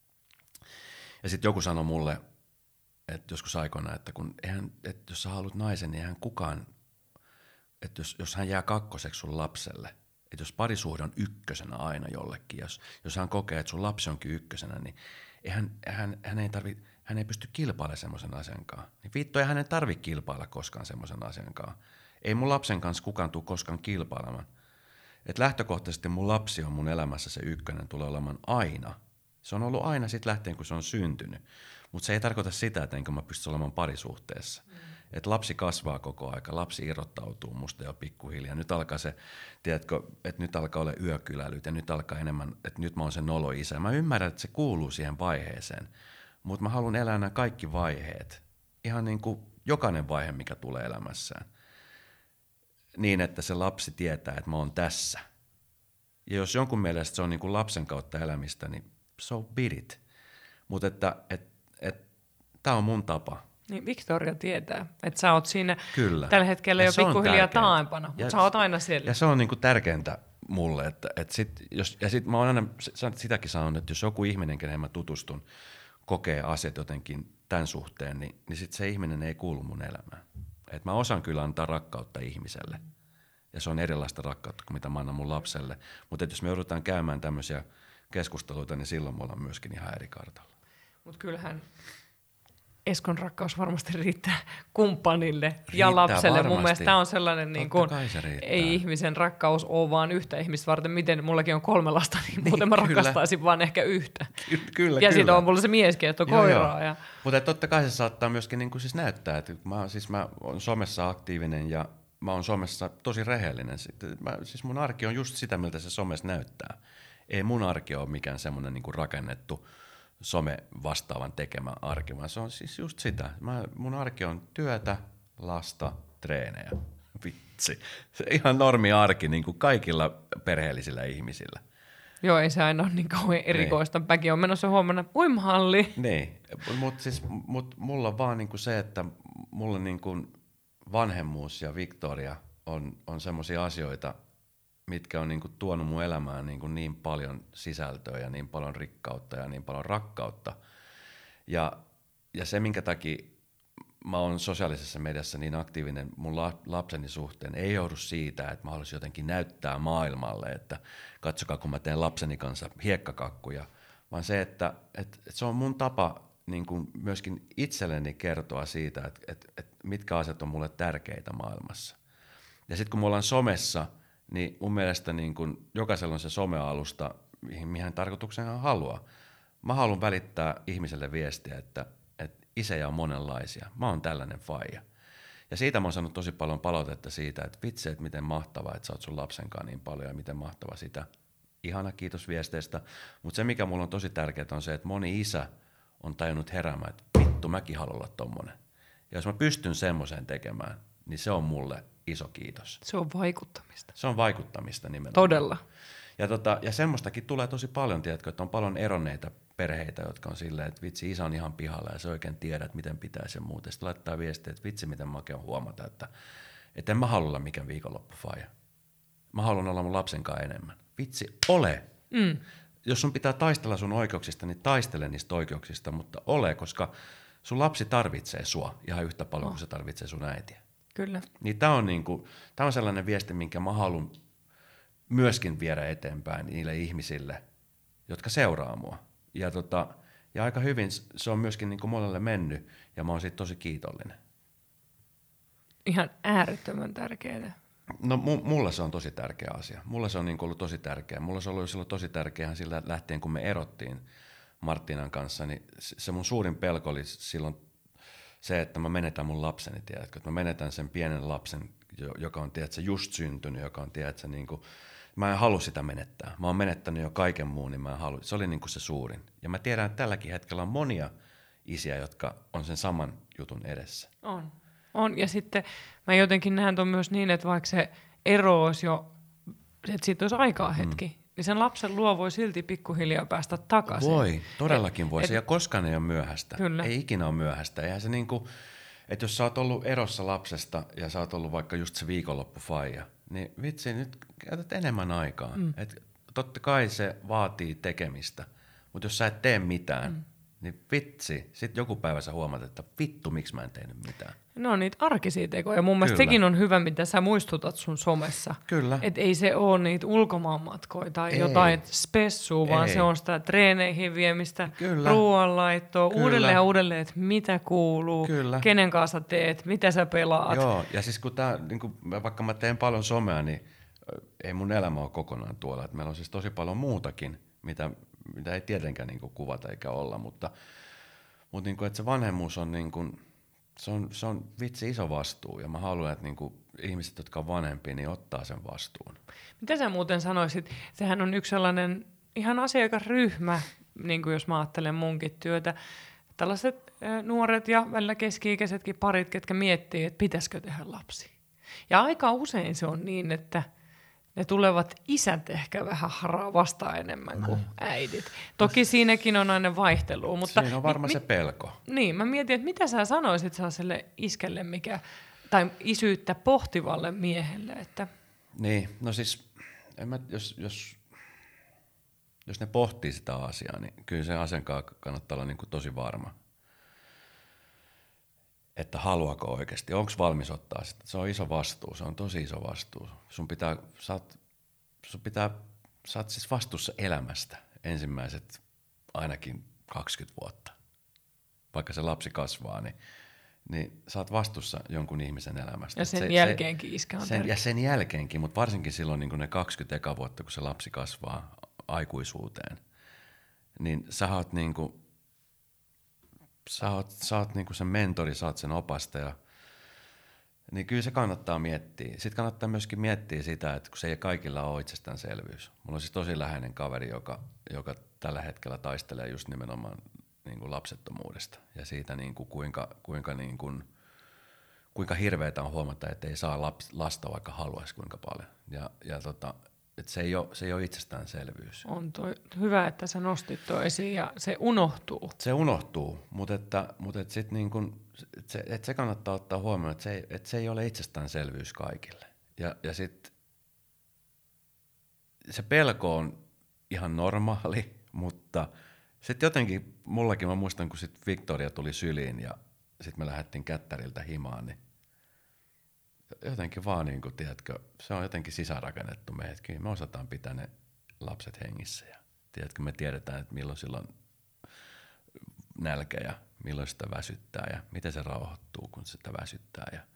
Ja sit joku sanoi mulle, että joskus aikoina, että, kun eihän, että jos sä haluat naisen, niin eihän kukaan, että jos, jos hän jää kakkoseksi sun lapselle, että jos parisuhde on ykkösenä aina jollekin, jos, jos hän kokee, että sun lapsi onkin ykkösenä, niin eihän, hän, hän, ei tarvi, hän ei pysty kilpailemaan semmoisen asiankaan. Niin vittu, ei hänen tarvitse kilpailla koskaan semmoisen asiankaan. Ei mun lapsen kanssa kukaan tule koskaan kilpailemaan. Et lähtökohtaisesti mun lapsi on mun elämässä se ykkönen, tulee olemaan aina. Se on ollut aina sit lähtien, kun se on syntynyt. Mutta se ei tarkoita sitä, että enkö mä pysty olemaan parisuhteessa. Mm. Että lapsi kasvaa koko aika, lapsi irrottautuu musta jo pikkuhiljaa. Nyt alkaa se, tiedätkö, että nyt alkaa olla yökyläilyt ja nyt alkaa enemmän, että nyt mä oon se nolo isä. Mä ymmärrän, että se kuuluu siihen vaiheeseen, mutta mä haluan elää nämä kaikki vaiheet. Ihan niin kuin jokainen vaihe, mikä tulee elämässään. Niin, että se lapsi tietää, että mä oon tässä. Ja jos jonkun mielestä se on niin kuin lapsen kautta elämistä, niin so be it. Mutta että et, et, tää on mun tapa. Niin Victoria tietää, että sä oot siinä Kyllä. tällä hetkellä jo pikkuhiljaa taaempana, mutta sä oot aina siellä. Ja se on niinku tärkeintä mulle, että et sit, jos, ja sit mä oon aina sitäkin sanonut, että jos joku ihminen, kenen mä tutustun, kokee asiat jotenkin tämän suhteen, niin, niin sit se ihminen ei kuulu mun elämään. Et mä osaan kyllä antaa rakkautta ihmiselle. Ja se on erilaista rakkautta kuin mitä mä annan mun lapselle. Mutta jos me joudutaan käymään tämmöisiä keskusteluita, niin silloin me ollaan myöskin ihan eri kartalla. Mutta kyllähän Eskon rakkaus varmasti riittää kumppanille Riittää ja lapselle. varmasti. Mun mielestä tämä on sellainen, niin kun, se ei ihmisen rakkaus ole vaan yhtä ihmistä varten. Miten mullakin on kolme lasta, niin, niin muuten mä kyllä. rakastaisin vaan ehkä yhtä. Ky- kyllä, ja kyllä. sitten on mulla se mieskin, että on joo, koiraa. Ja... Mutta totta kai se saattaa myöskin niin kuin siis näyttää, että mä, siis mä oon somessa aktiivinen ja mä oon somessa tosi rehellinen. Mä, siis mun arki on just sitä, miltä se somessa näyttää. Ei mun arki ole mikään semmoinen niin kuin rakennettu some vastaavan tekemä arki, vaan se on siis just sitä. Mä, mun arki on työtä, lasta, treenejä. Vitsi. Se ihan normi arki niin kuin kaikilla perheellisillä ihmisillä. Joo, ei se aina ole niin kauhean erikoista. Niin. Mäkin on menossa huomenna uimahalliin. Niin, mutta siis, mut mulla on vaan niinku se, että mulla niinku vanhemmuus ja Victoria on, on semmoisia asioita, mitkä on niinku tuonut mun elämään niinku niin paljon sisältöä ja niin paljon rikkautta ja niin paljon rakkautta. Ja, ja se, minkä takia mä oon sosiaalisessa mediassa niin aktiivinen mun la, lapseni suhteen, ei joudu siitä, että mä haluaisin jotenkin näyttää maailmalle, että katsokaa kun mä teen lapseni kanssa hiekkakakkuja, vaan se, että, että, että se on mun tapa niin kuin myöskin itselleni kertoa siitä, että, että, että mitkä asiat on mulle tärkeitä maailmassa. Ja sitten kun me ollaan somessa, niin mun mielestä niin kuin jokaisella on se somealusta, mihin, mihin tarkoituksena haluaa. Mä haluan välittää ihmiselle viestiä, että, että isejä on monenlaisia. Mä oon tällainen faija. Ja siitä mä oon saanut tosi paljon palautetta siitä, että vitsi, että miten mahtavaa, että sä oot sun lapsenkaan niin paljon ja miten mahtava sitä. Ihana, kiitos viesteistä. Mutta se, mikä mulla on tosi tärkeää, on se, että moni isä on tajunnut heräämään, että vittu, mäkin haluan olla tommonen. Ja jos mä pystyn semmoiseen tekemään, niin se on mulle iso kiitos. Se on vaikuttamista. Se on vaikuttamista nimenomaan. Todella. Ja, tota, ja semmoistakin tulee tosi paljon, tiedätkö, että on paljon eronneita perheitä, jotka on silleen, että vitsi, isä on ihan pihalla ja se oikein tiedä, että miten pitää sen muuta. Sitten laittaa viestiä, että vitsi, miten makea huomata, että, että en mä halua olla mikään viikonloppufaija. Mä haluan olla mun lapsen kanssa enemmän. Vitsi, ole! Mm. Jos sun pitää taistella sun oikeuksista, niin taistele niistä oikeuksista, mutta ole, koska sun lapsi tarvitsee sua ihan yhtä paljon oh. kuin se tarvitsee sun äitiä. Kyllä. Niin tää on, niinku, tää on sellainen viesti, minkä mä haluan myöskin viedä eteenpäin niille ihmisille, jotka seuraa mua. Ja, tota, ja aika hyvin se on myöskin niinku monelle mennyt, ja mä oon siitä tosi kiitollinen. Ihan äärettömän tärkeää. No mulle se on tosi tärkeä asia. Mulle se on niinku ollut tosi tärkeä. Mulle se on ollut silloin tosi tärkeä sillä lähtien, kun me erottiin Martinan kanssa, niin se mun suurin pelko oli silloin se, että mä menetän mun lapseni, tiedätkö? Että mä menetän sen pienen lapsen, joka on, tiedätkö, just syntynyt, joka on, tiedätkö, niinku, mä en halua sitä menettää. Mä oon menettänyt jo kaiken muun, niin mä en halua. Se oli niinku se suurin. Ja mä tiedän, että tälläkin hetkellä on monia isiä, jotka on sen saman jutun edessä. On. On. Ja sitten mä jotenkin näen ton myös niin, että vaikka se ero olisi jo, että siitä olisi aikaa hetki, mm. niin sen lapsen luo voi silti pikkuhiljaa päästä takaisin. Voi, todellakin voi. Et, ja koskaan ei ole myöhäistä. Kyllä. Ei ikinä ole myöhäistä. Eihän se niinku, että jos sä oot ollut erossa lapsesta ja sä oot ollut vaikka just se viikonloppufaija, niin vitsi, nyt käytät enemmän aikaa. Mm. Et totta kai se vaatii tekemistä, mutta jos sä et tee mitään, mm. niin vitsi, sit joku päivä sä huomaat, että vittu, miksi mä en tehnyt mitään. No niitä arkisia tekoja. Mun mielestä sekin on hyvä, mitä sä muistutat sun somessa. Kyllä. Että ei se ole niitä ulkomaanmatkoja tai ei. jotain spessua, vaan ei. Se on sitä treeneihin viemistä, ruoanlaittoa, uudelleen ja uudelleen, että mitä kuuluu, Kyllä. kenen kanssa teet, mitä sä pelaat. Joo, ja siis kun tää, niin kun, vaikka mä teen paljon somea, niin ei mun elämä ole kokonaan tuolla. Et meillä on siis tosi paljon muutakin, mitä, mitä ei tietenkään niin kuin kuvata eikä olla, mutta, mutta niin kuin, että se vanhemmuus on, niin kuin, se on, se on vitsi iso vastuu, ja mä haluan, että niin kuin ihmiset, jotka on vanhempia, niin ottaa sen vastuun. Mitä sä muuten sanoisit? Sehän on yksi sellainen ihan asiakasryhmä, niin kuin jos mä ajattelen munkin työtä, tällaiset äh, nuoret ja välillä keski-ikäisetkin parit, ketkä miettii, että pitäisikö tehdä lapsi. Ja aika usein se on niin, että ne tulevat isät ehkä vähän haraa vastaan enemmän kuin äidit. Toki siinäkin on aina vaihtelua. Mutta siinä on varmaan mi- se pelko. Niin, mä mietin, että mitä sä sanoisit sellaiselle iskelle, mikä, tai isyyttä pohtivalle miehelle? Että... Niin, no siis, en mä, jos, jos, jos ne pohtii sitä asiaa, niin kyllä sen asian kannattaa olla niin kuin tosi varma. että haluaako oikeasti, onko valmis ottaa sitä. Se on iso vastuu, se on tosi iso vastuu. Sun pitää, sä oot, sun pitää, sä oot siis vastuussa elämästä ensimmäiset ainakin kaksikymmentä vuotta. Vaikka se lapsi kasvaa, niin, niin sä oot vastuussa jonkun ihmisen elämästä. Ja sen se, jälkeenkin iskä on sen, Ja sen jälkeenkin, mutta varsinkin silloin niin ne kaksikymmentä eka vuotta, kun se lapsi kasvaa aikuisuuteen, niin sä oot niin kuin, sä oot, sä oot niin kuin sen mentori, sä oot sen opastaja, niin kyllä se kannattaa miettiä. Sitten kannattaa myöskin miettiä sitä, että kun se ei kaikilla ole itsestäänselvyys. Mulla on siis tosi läheinen kaveri, joka, joka tällä hetkellä taistelee just nimenomaan niin kuin lapsettomuudesta ja siitä, niin kuin kuinka, kuinka, niin kuin, kuinka hirveätä on huomata, että ei saa laps, lasta vaikka haluaisi kuinka paljon. Ja, ja tota, että se ei ole, se ei ole itsestäänselvyys. On toi, hyvä, että sä nostit tuo esiin ja se unohtuu. Se unohtuu, mutta, että, mutta että sit niin kun, että se, että se kannattaa ottaa huomioon, että se, ei, että se ei ole itsestäänselvyys kaikille. Ja, ja sitten se pelko on ihan normaali, mutta sitten jotenkin mullakin, mä muistan, kun sit Victoria tuli syliin ja sitten me lähdettiin Kättäriltä himaan, niin jotenkin vaan niin kuin, tiedätkö, se on jotenkin sisäänrakennettu meidät. Me osataan pitää ne lapset hengissä ja tiedätkö, me tiedetään, että milloin sillä on nälkä ja milloin sitä väsyttää ja miten se rauhoittuu, kun sitä väsyttää ja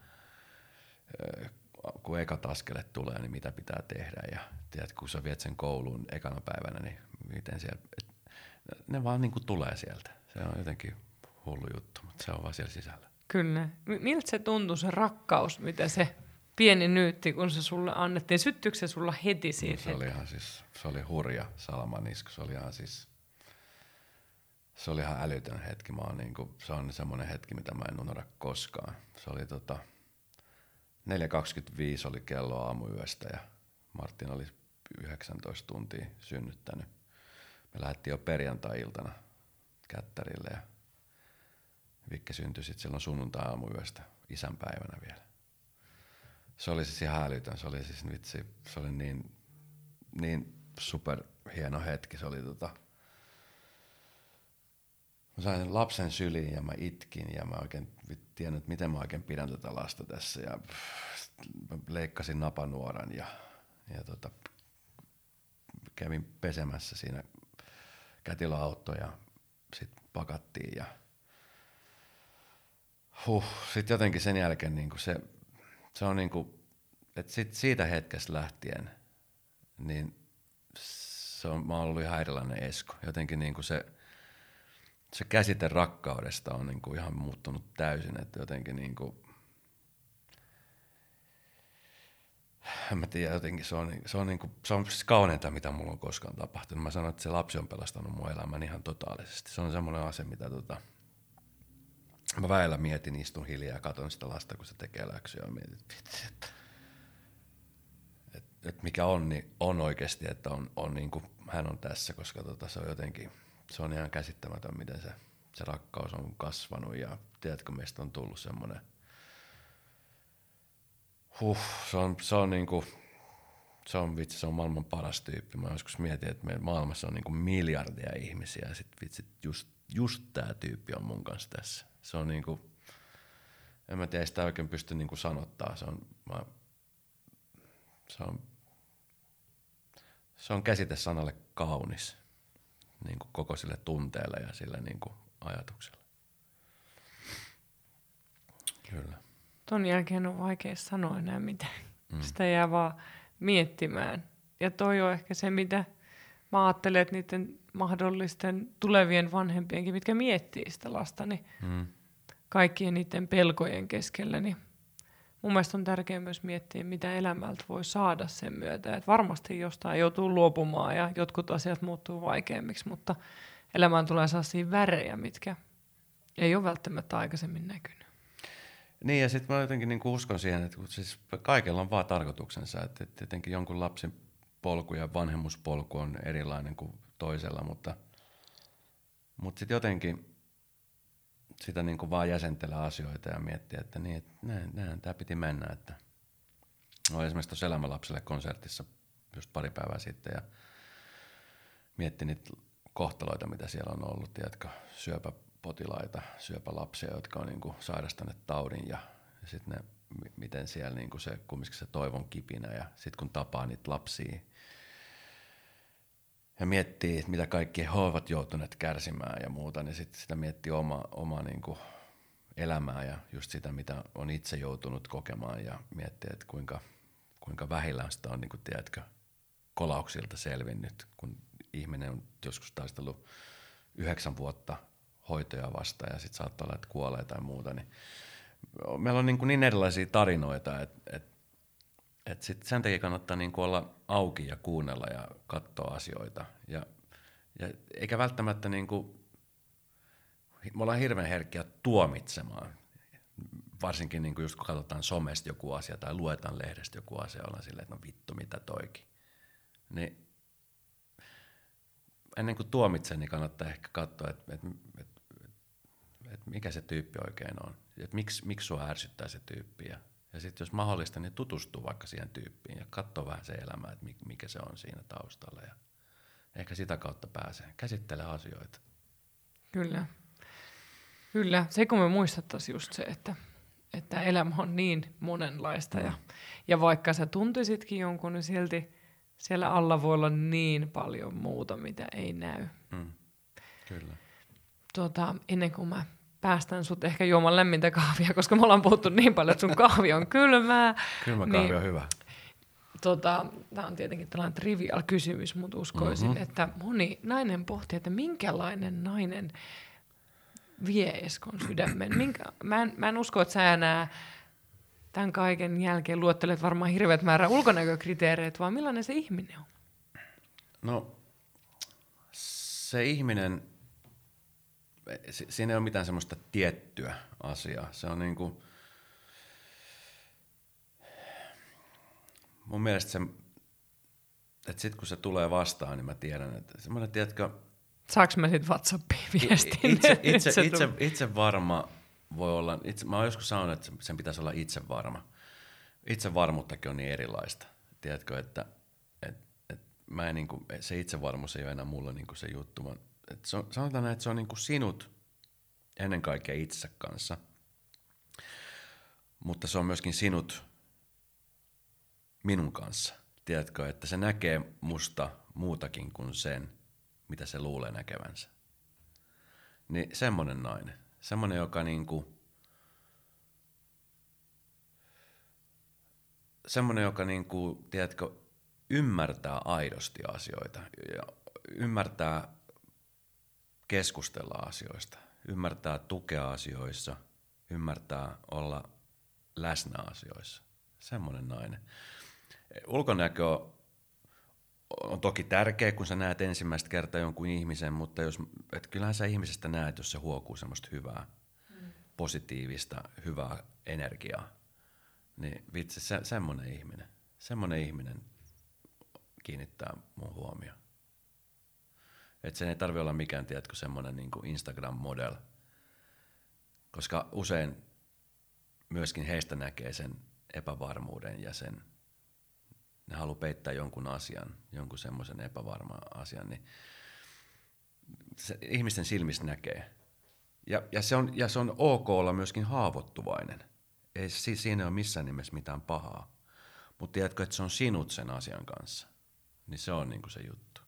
kun ekat askelet tulee, niin mitä pitää tehdä ja tiedätkö, kun sä viet sen kouluun ekana päivänä, niin miten siellä, ne vaan niin kuin tulee sieltä. Se on jotenkin hullu juttu, mutta se on vaan siellä sisällä. Kyllä. Miltä se tuntui se rakkaus, mitä se pieni nyytti, kun se sulle annettiin? Syttyykö se sulla heti siitä? No, se oli ihan siis, se oli hurja salamanisku, se oli ihan siis, se oli ihan älytön hetki. Mä oon niinku, se on semmoinen hetki, mitä mä en unohda koskaan. Se oli tota, neljä kaksikymmentäviisi oli kello aamuyöstä ja Martin oli yhdeksäntoista tuntia synnyttänyt. Me lähdettiin jo perjantai-iltana Kättärille ja Vikke syntyi sitten silloin sunnuntai-aamuyöstä isänpäivänä vielä. Se oli siis ihan älytön, se oli siis vitsi, se oli niin, niin super hieno hetki. Se oli tota, mä sain lapsen syliin ja mä itkin ja mä oikein tiedän, että miten mä oikein pidän tätä lasta tässä ja pff, mä leikkasin napanuoran ja, ja tota, kävin pesemässä siinä kätilöauto ja sit pakattiin ja huh, sit jotenkin sen jälkeen niinku se, se on niinku, että sit siitä hetkestä lähtien, niin se on, mä oon ollut ihan erilainen Esko. Jotenkin niinku se, se käsite rakkaudesta on niinku ihan muuttunut täysin, että jotenkin niinku, en mä tiedä, jotenkin se on, se on, niinku, se on siis kauneinta, mitä mulla on koskaan tapahtunut. Mä sanon, että se lapsi on pelastanut mun elämän ihan totaalisesti. Se on semmoinen asia, mitä tota, mä väillä mietin, istun hiljaa ja katon sitä lasta, kun se tekee läksyjä ja mietin, vitsi, että et, et mikä on, niin on oikeasti, että on, on niinku, hän on tässä, koska tota, se on jotenkin, se on ihan käsittämätön, miten se, se rakkaus on kasvanut ja tiedätkö, meistä on tullut semmoinen, huh, se on, se on niinku, se on vitsi, se on maailman paras tyyppi. Mä joskus mietin, että meidän maailmassa on niinku miljardia ihmisiä ja sit vitsi, just, just tää tyyppi on mun kanssa tässä. Se on niinku, en mä tiedä, sitä oikein pysty niinku sanottaa. Se on, mä, se on, se on käsite sanalle kaunis, niinku koko sille tunteelle ja sille niinku ajatukselle. Kyllä. Ton jälkeen on vaikea sanoa enää mitään. Mm. Sitä jää vaan miettimään. Ja toi on ehkä se, mitä mä ajattelen, että niiden mahdollisten tulevien vanhempienkin, mitkä miettii sitä lasta, niin mm. kaikkien niiden pelkojen keskellä, niin mun mielestä on tärkeää myös miettiä, mitä elämältä voi saada sen myötä. Et varmasti jostain joutuu luopumaan ja jotkut asiat muuttuu vaikeammiksi, mutta elämään tulee sellaisia värejä, mitkä ei ole välttämättä aikaisemmin näkynyt. Niin ja sitten mä jotenkin niinku uskon siihen, että siis kaikella on vaan tarkoituksensa, että et tietenkin jonkun lapsen polku ja vanhemmuspolku on erilainen kuin toisella, mutta, mutta sitten jotenkin sitä niinku vaan jäsentelee asioita ja miettiä, että niin, että näin, näin tämä piti mennä. Että olen esimerkiksi tuossa Elämälapselle konsertissa just pari päivää sitten ja miettin niitä kohtaloita, mitä siellä on ollut, tiedätkö, syöpä potilaita, syöpälapsia, jotka on niin kuin sairastaneet taudin ja, ja sitten ne, miten siellä niin kuin se, kumminkin se toivon kipinä ja sitten kun tapaa niitä lapsia ja miettii, että mitä kaikki he ovat joutuneet kärsimään ja muuta, niin sitten sitä miettii oma, oma niin kuin elämää ja just sitä, mitä on itse joutunut kokemaan ja miettii, että kuinka, kuinka vähillään sitä on, niin kuin, tiedätkö, kolauksilta selvinnyt, kun ihminen on joskus taistellut yhdeksän vuotta hoitoja vastaan ja sitten saattaa olla, että kuolee tai muuta. Niin meillä on niin, kuin niin erilaisia tarinoita, että et, et sit sen takia kannattaa niin kuin olla auki ja kuunnella ja katsoa asioita. Ja, ja eikä välttämättä, niin kuin, me ollaan hirveän herkkiä tuomitsemaan, varsinkin niin kuin just kun katsotaan somesta joku asia tai luetaan lehdestä joku asia, ollaan silleen, että no vittu mitä toikin. Niin ennen kuin tuomitsen, niin kannattaa ehkä katsoa, että, että, että, että mikä se tyyppi oikein on. Että miksi, miksi sua ärsyttää se tyyppi. Ja, ja sitten jos mahdollista, niin tutustuu vaikka siihen tyyppiin ja katso vähän se elämä, että mikä se on siinä taustalla. Ja ehkä sitä kautta pääsee. Käsittele asioita. Kyllä. Kyllä. Se kun me muistettaisiin just se, että, että elämä on niin monenlaista. Mm. Ja, ja vaikka sä tuntisitkin jonkun, niin silti siellä alla voi olla niin paljon muuta, mitä ei näy. Mm. Kyllä. Tota, ennen kuin mä päästän sut ehkä juomaan lämmintä kahvia, koska me ollaan puhuttu niin paljon, että sun kahvi on kylmää. Kylmä kahvi niin, on hyvä. Tota, tämä on tietenkin tällainen trivial kysymys, mutta uskoisin, mm-hmm. että moni nainen pohtii, että minkälainen nainen vie Eskon sydämen. Minkä, mä, en, mä en usko, että sä enää tämän kaiken jälkeen luettelet varmaan hirveät määrä ulkonäkökriteereitä, vaan millainen se ihminen on? No, se ihminen, siinä ei ole mitään semmoista tiettyä asiaa. Se on niin kuin, mun mielestä se, että sit kun se tulee vastaan, niin mä tiedän, että semmoinen, tiedätkö... Saanko mä sit WhatsAppiin viestin? Itse, itse, itse, itse varma voi olla, itse, mä oon joskus sanonut, että sen pitäisi olla itse varma. Itsevarmuuttakin on niin erilaista. Tiedätkö, että et, et mä en, niin kuin, se itsevarmuus ei ole enää mulla niin kuin se juttu. Vaan, että se on, sanotaan näin, että se on niin kuin sinut ennen kaikkea itsensä kanssa. Mutta se on myöskin sinut minun kanssa. Tiedätkö, että se näkee musta muutakin kuin sen, mitä se luulee näkevänsä. Niin semmoinen nainen. Semmoinen, joka niinku, semmoinen, joka niinku, tiedätkö, ymmärtää aidosti asioita ja ymmärtää keskustella asioista, ymmärtää tukea asioissa, ymmärtää olla läsnä asioissa. Semmoinen nainen. Ulkonäkö on toki tärkeä, kun sä näet ensimmäistä kertaa jonkun ihmisen, mutta jos, et kyllähän sä ihmisestä näet, jos se huokuu semmoista hyvää, mm. positiivista, hyvää energiaa. Niin vitsi, se, semmoinen ihminen, semmoinen ihminen kiinnittää mun huomioon. Että sen ei tarvitse olla mikään, tiedätkö, semmoinen niin kuin Instagram-model, koska usein myöskin heistä näkee sen epävarmuuden ja sen, ne haluaa peittää jonkun asian, jonkun semmoisen epävarman asian, niin se ihmisten silmissä näkee. Ja, ja, se on, ja se on ok olla myöskin haavoittuvainen. Ei siinä ole missään nimessä mitään pahaa. Mutta tiedätkö, että se on sinut sen asian kanssa. Niin se on niinku se juttu.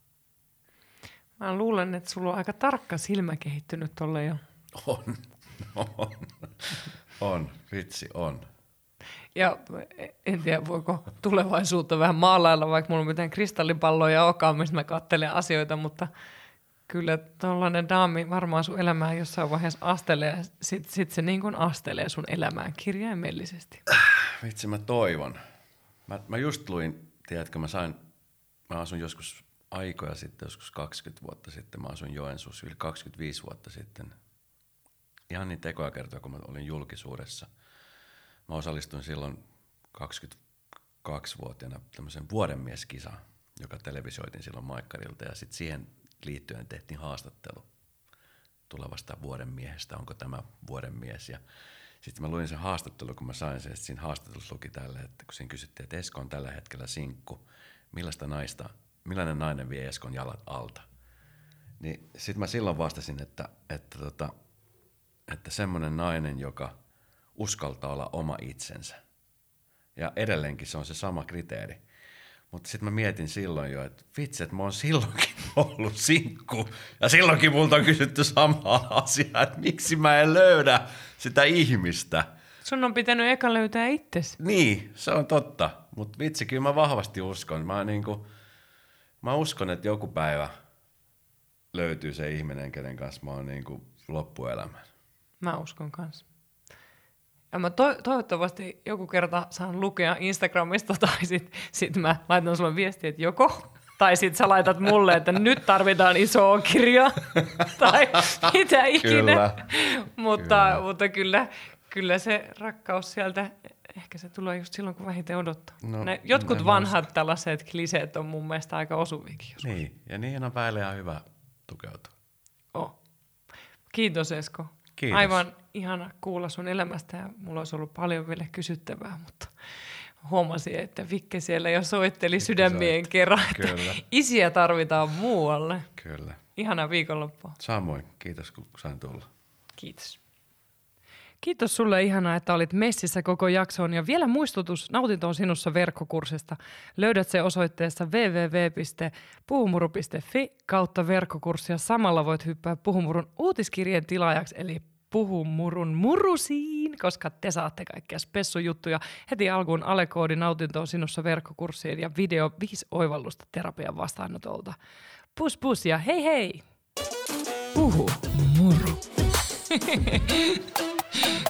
Mä luulen, että sulla on aika tarkka silmä kehittynyt tolle jo. On, on, on, vitsi, on. Ja en tiedä, voiko tulevaisuutta vähän maalailla, vaikka mulla on mitään kristallipalloja olekaan, mistä mä katselen asioita, mutta kyllä tollainen daami varmaan sun elämään jossain vaiheessa astelee, ja sit, sit se niin kuin astelee sun elämään kirjaimellisesti. Vitsi, mä toivon. Mä, mä just luin, tiedätkö, mä sain, mä asun joskus aikoja sitten, joskus kaksikymmentä vuotta sitten, mä asun Joensuussa yli kaksikymmentäviisi vuotta sitten. Ihan niin tekoja kertoa, kun mä olin julkisuudessa. Mä osallistuin silloin kaksikymmentäkaksivuotiaana tämmöisen vuodenmieskisaan, joka televisioitiin silloin Maikkarilta, ja sitten siihen liittyen tehtiin haastattelu tulevasta vuodenmiehestä, onko tämä vuodenmies. Ja sitten mä luin sen haastattelun, kun mä sain sen, että siinä haastattelussa luki tälle, että kun siinä kysyttiin, että Esko on tällä hetkellä sinkku, millaista naista, millainen nainen vie Eskon jalat alta. Niin sitten mä silloin vastasin, että, että tota, että semmoinen nainen, joka uskaltaa olla oma itsensä. Ja edelleenkin se on se sama kriteeri. Mutta sitten mä mietin silloin jo, että vitsi, että mä oon silloinkin ollut sinkku. Ja silloinkin multa on kysytty samaa asiaa, että miksi mä en löydä sitä ihmistä. Sun on pitänyt eka löytää itsesi. Niin, se on totta. Mutta vitsi, kyllä mä vahvasti uskon. Mä, niinku, mä uskon, että joku päivä löytyy se ihminen, kenen kanssa mä oon niinku loppuelämän. Mä uskon kanssa. Ja mä to- toivottavasti joku kerta saan lukea Instagramista tai sit, sit mä laitan sulle viestiä, että joko, tai sit sä laitat mulle, että nyt tarvitaan isoa kirjaa, tai mitä ikinä. Kyllä. mutta, kyllä. mutta kyllä, kyllä se rakkaus sieltä, ehkä se tulee just silloin, kun vähiten odottaa. No, ne, jotkut en vanhat usko. Tällaiset kliseet on mun mielestä aika osuviakin joskus. Niin, ja niihin on päälle ihan hyvä tukeutua. Oh. Kiitos Esko. Kiitos. Aivan ihana kuulla sun elämästä ja mulla olisi ollut paljon vielä kysyttävää, mutta huomasin, että Vikke siellä jo soitteli Vikke sydämien soit. kerran, että Kyllä. isiä tarvitaan muualle. Kyllä. Ihana viikonloppua. Samoin. Kiitos, kun sain tulla. Kiitos. Kiitos sulle, ihanaa, että olit messissä koko jaksoon. Ja vielä muistutus, Nautinto on sinussa -verkkokurssista. Löydät se osoitteessa double-u double-u double-u piste puhumuru piste fi kautta verkkokurssia. Samalla voit hyppää Puhumurun uutiskirjeen tilaajaksi, eli Puhumurun murusiin, koska te saatte kaikkia spessujuttuja. Heti alkuun alekoodi Nautinto on sinussa -verkkokurssiin ja video viisi oivallusta terapian vastaanotolta. Pus pus ja hei hei! Puhu muru.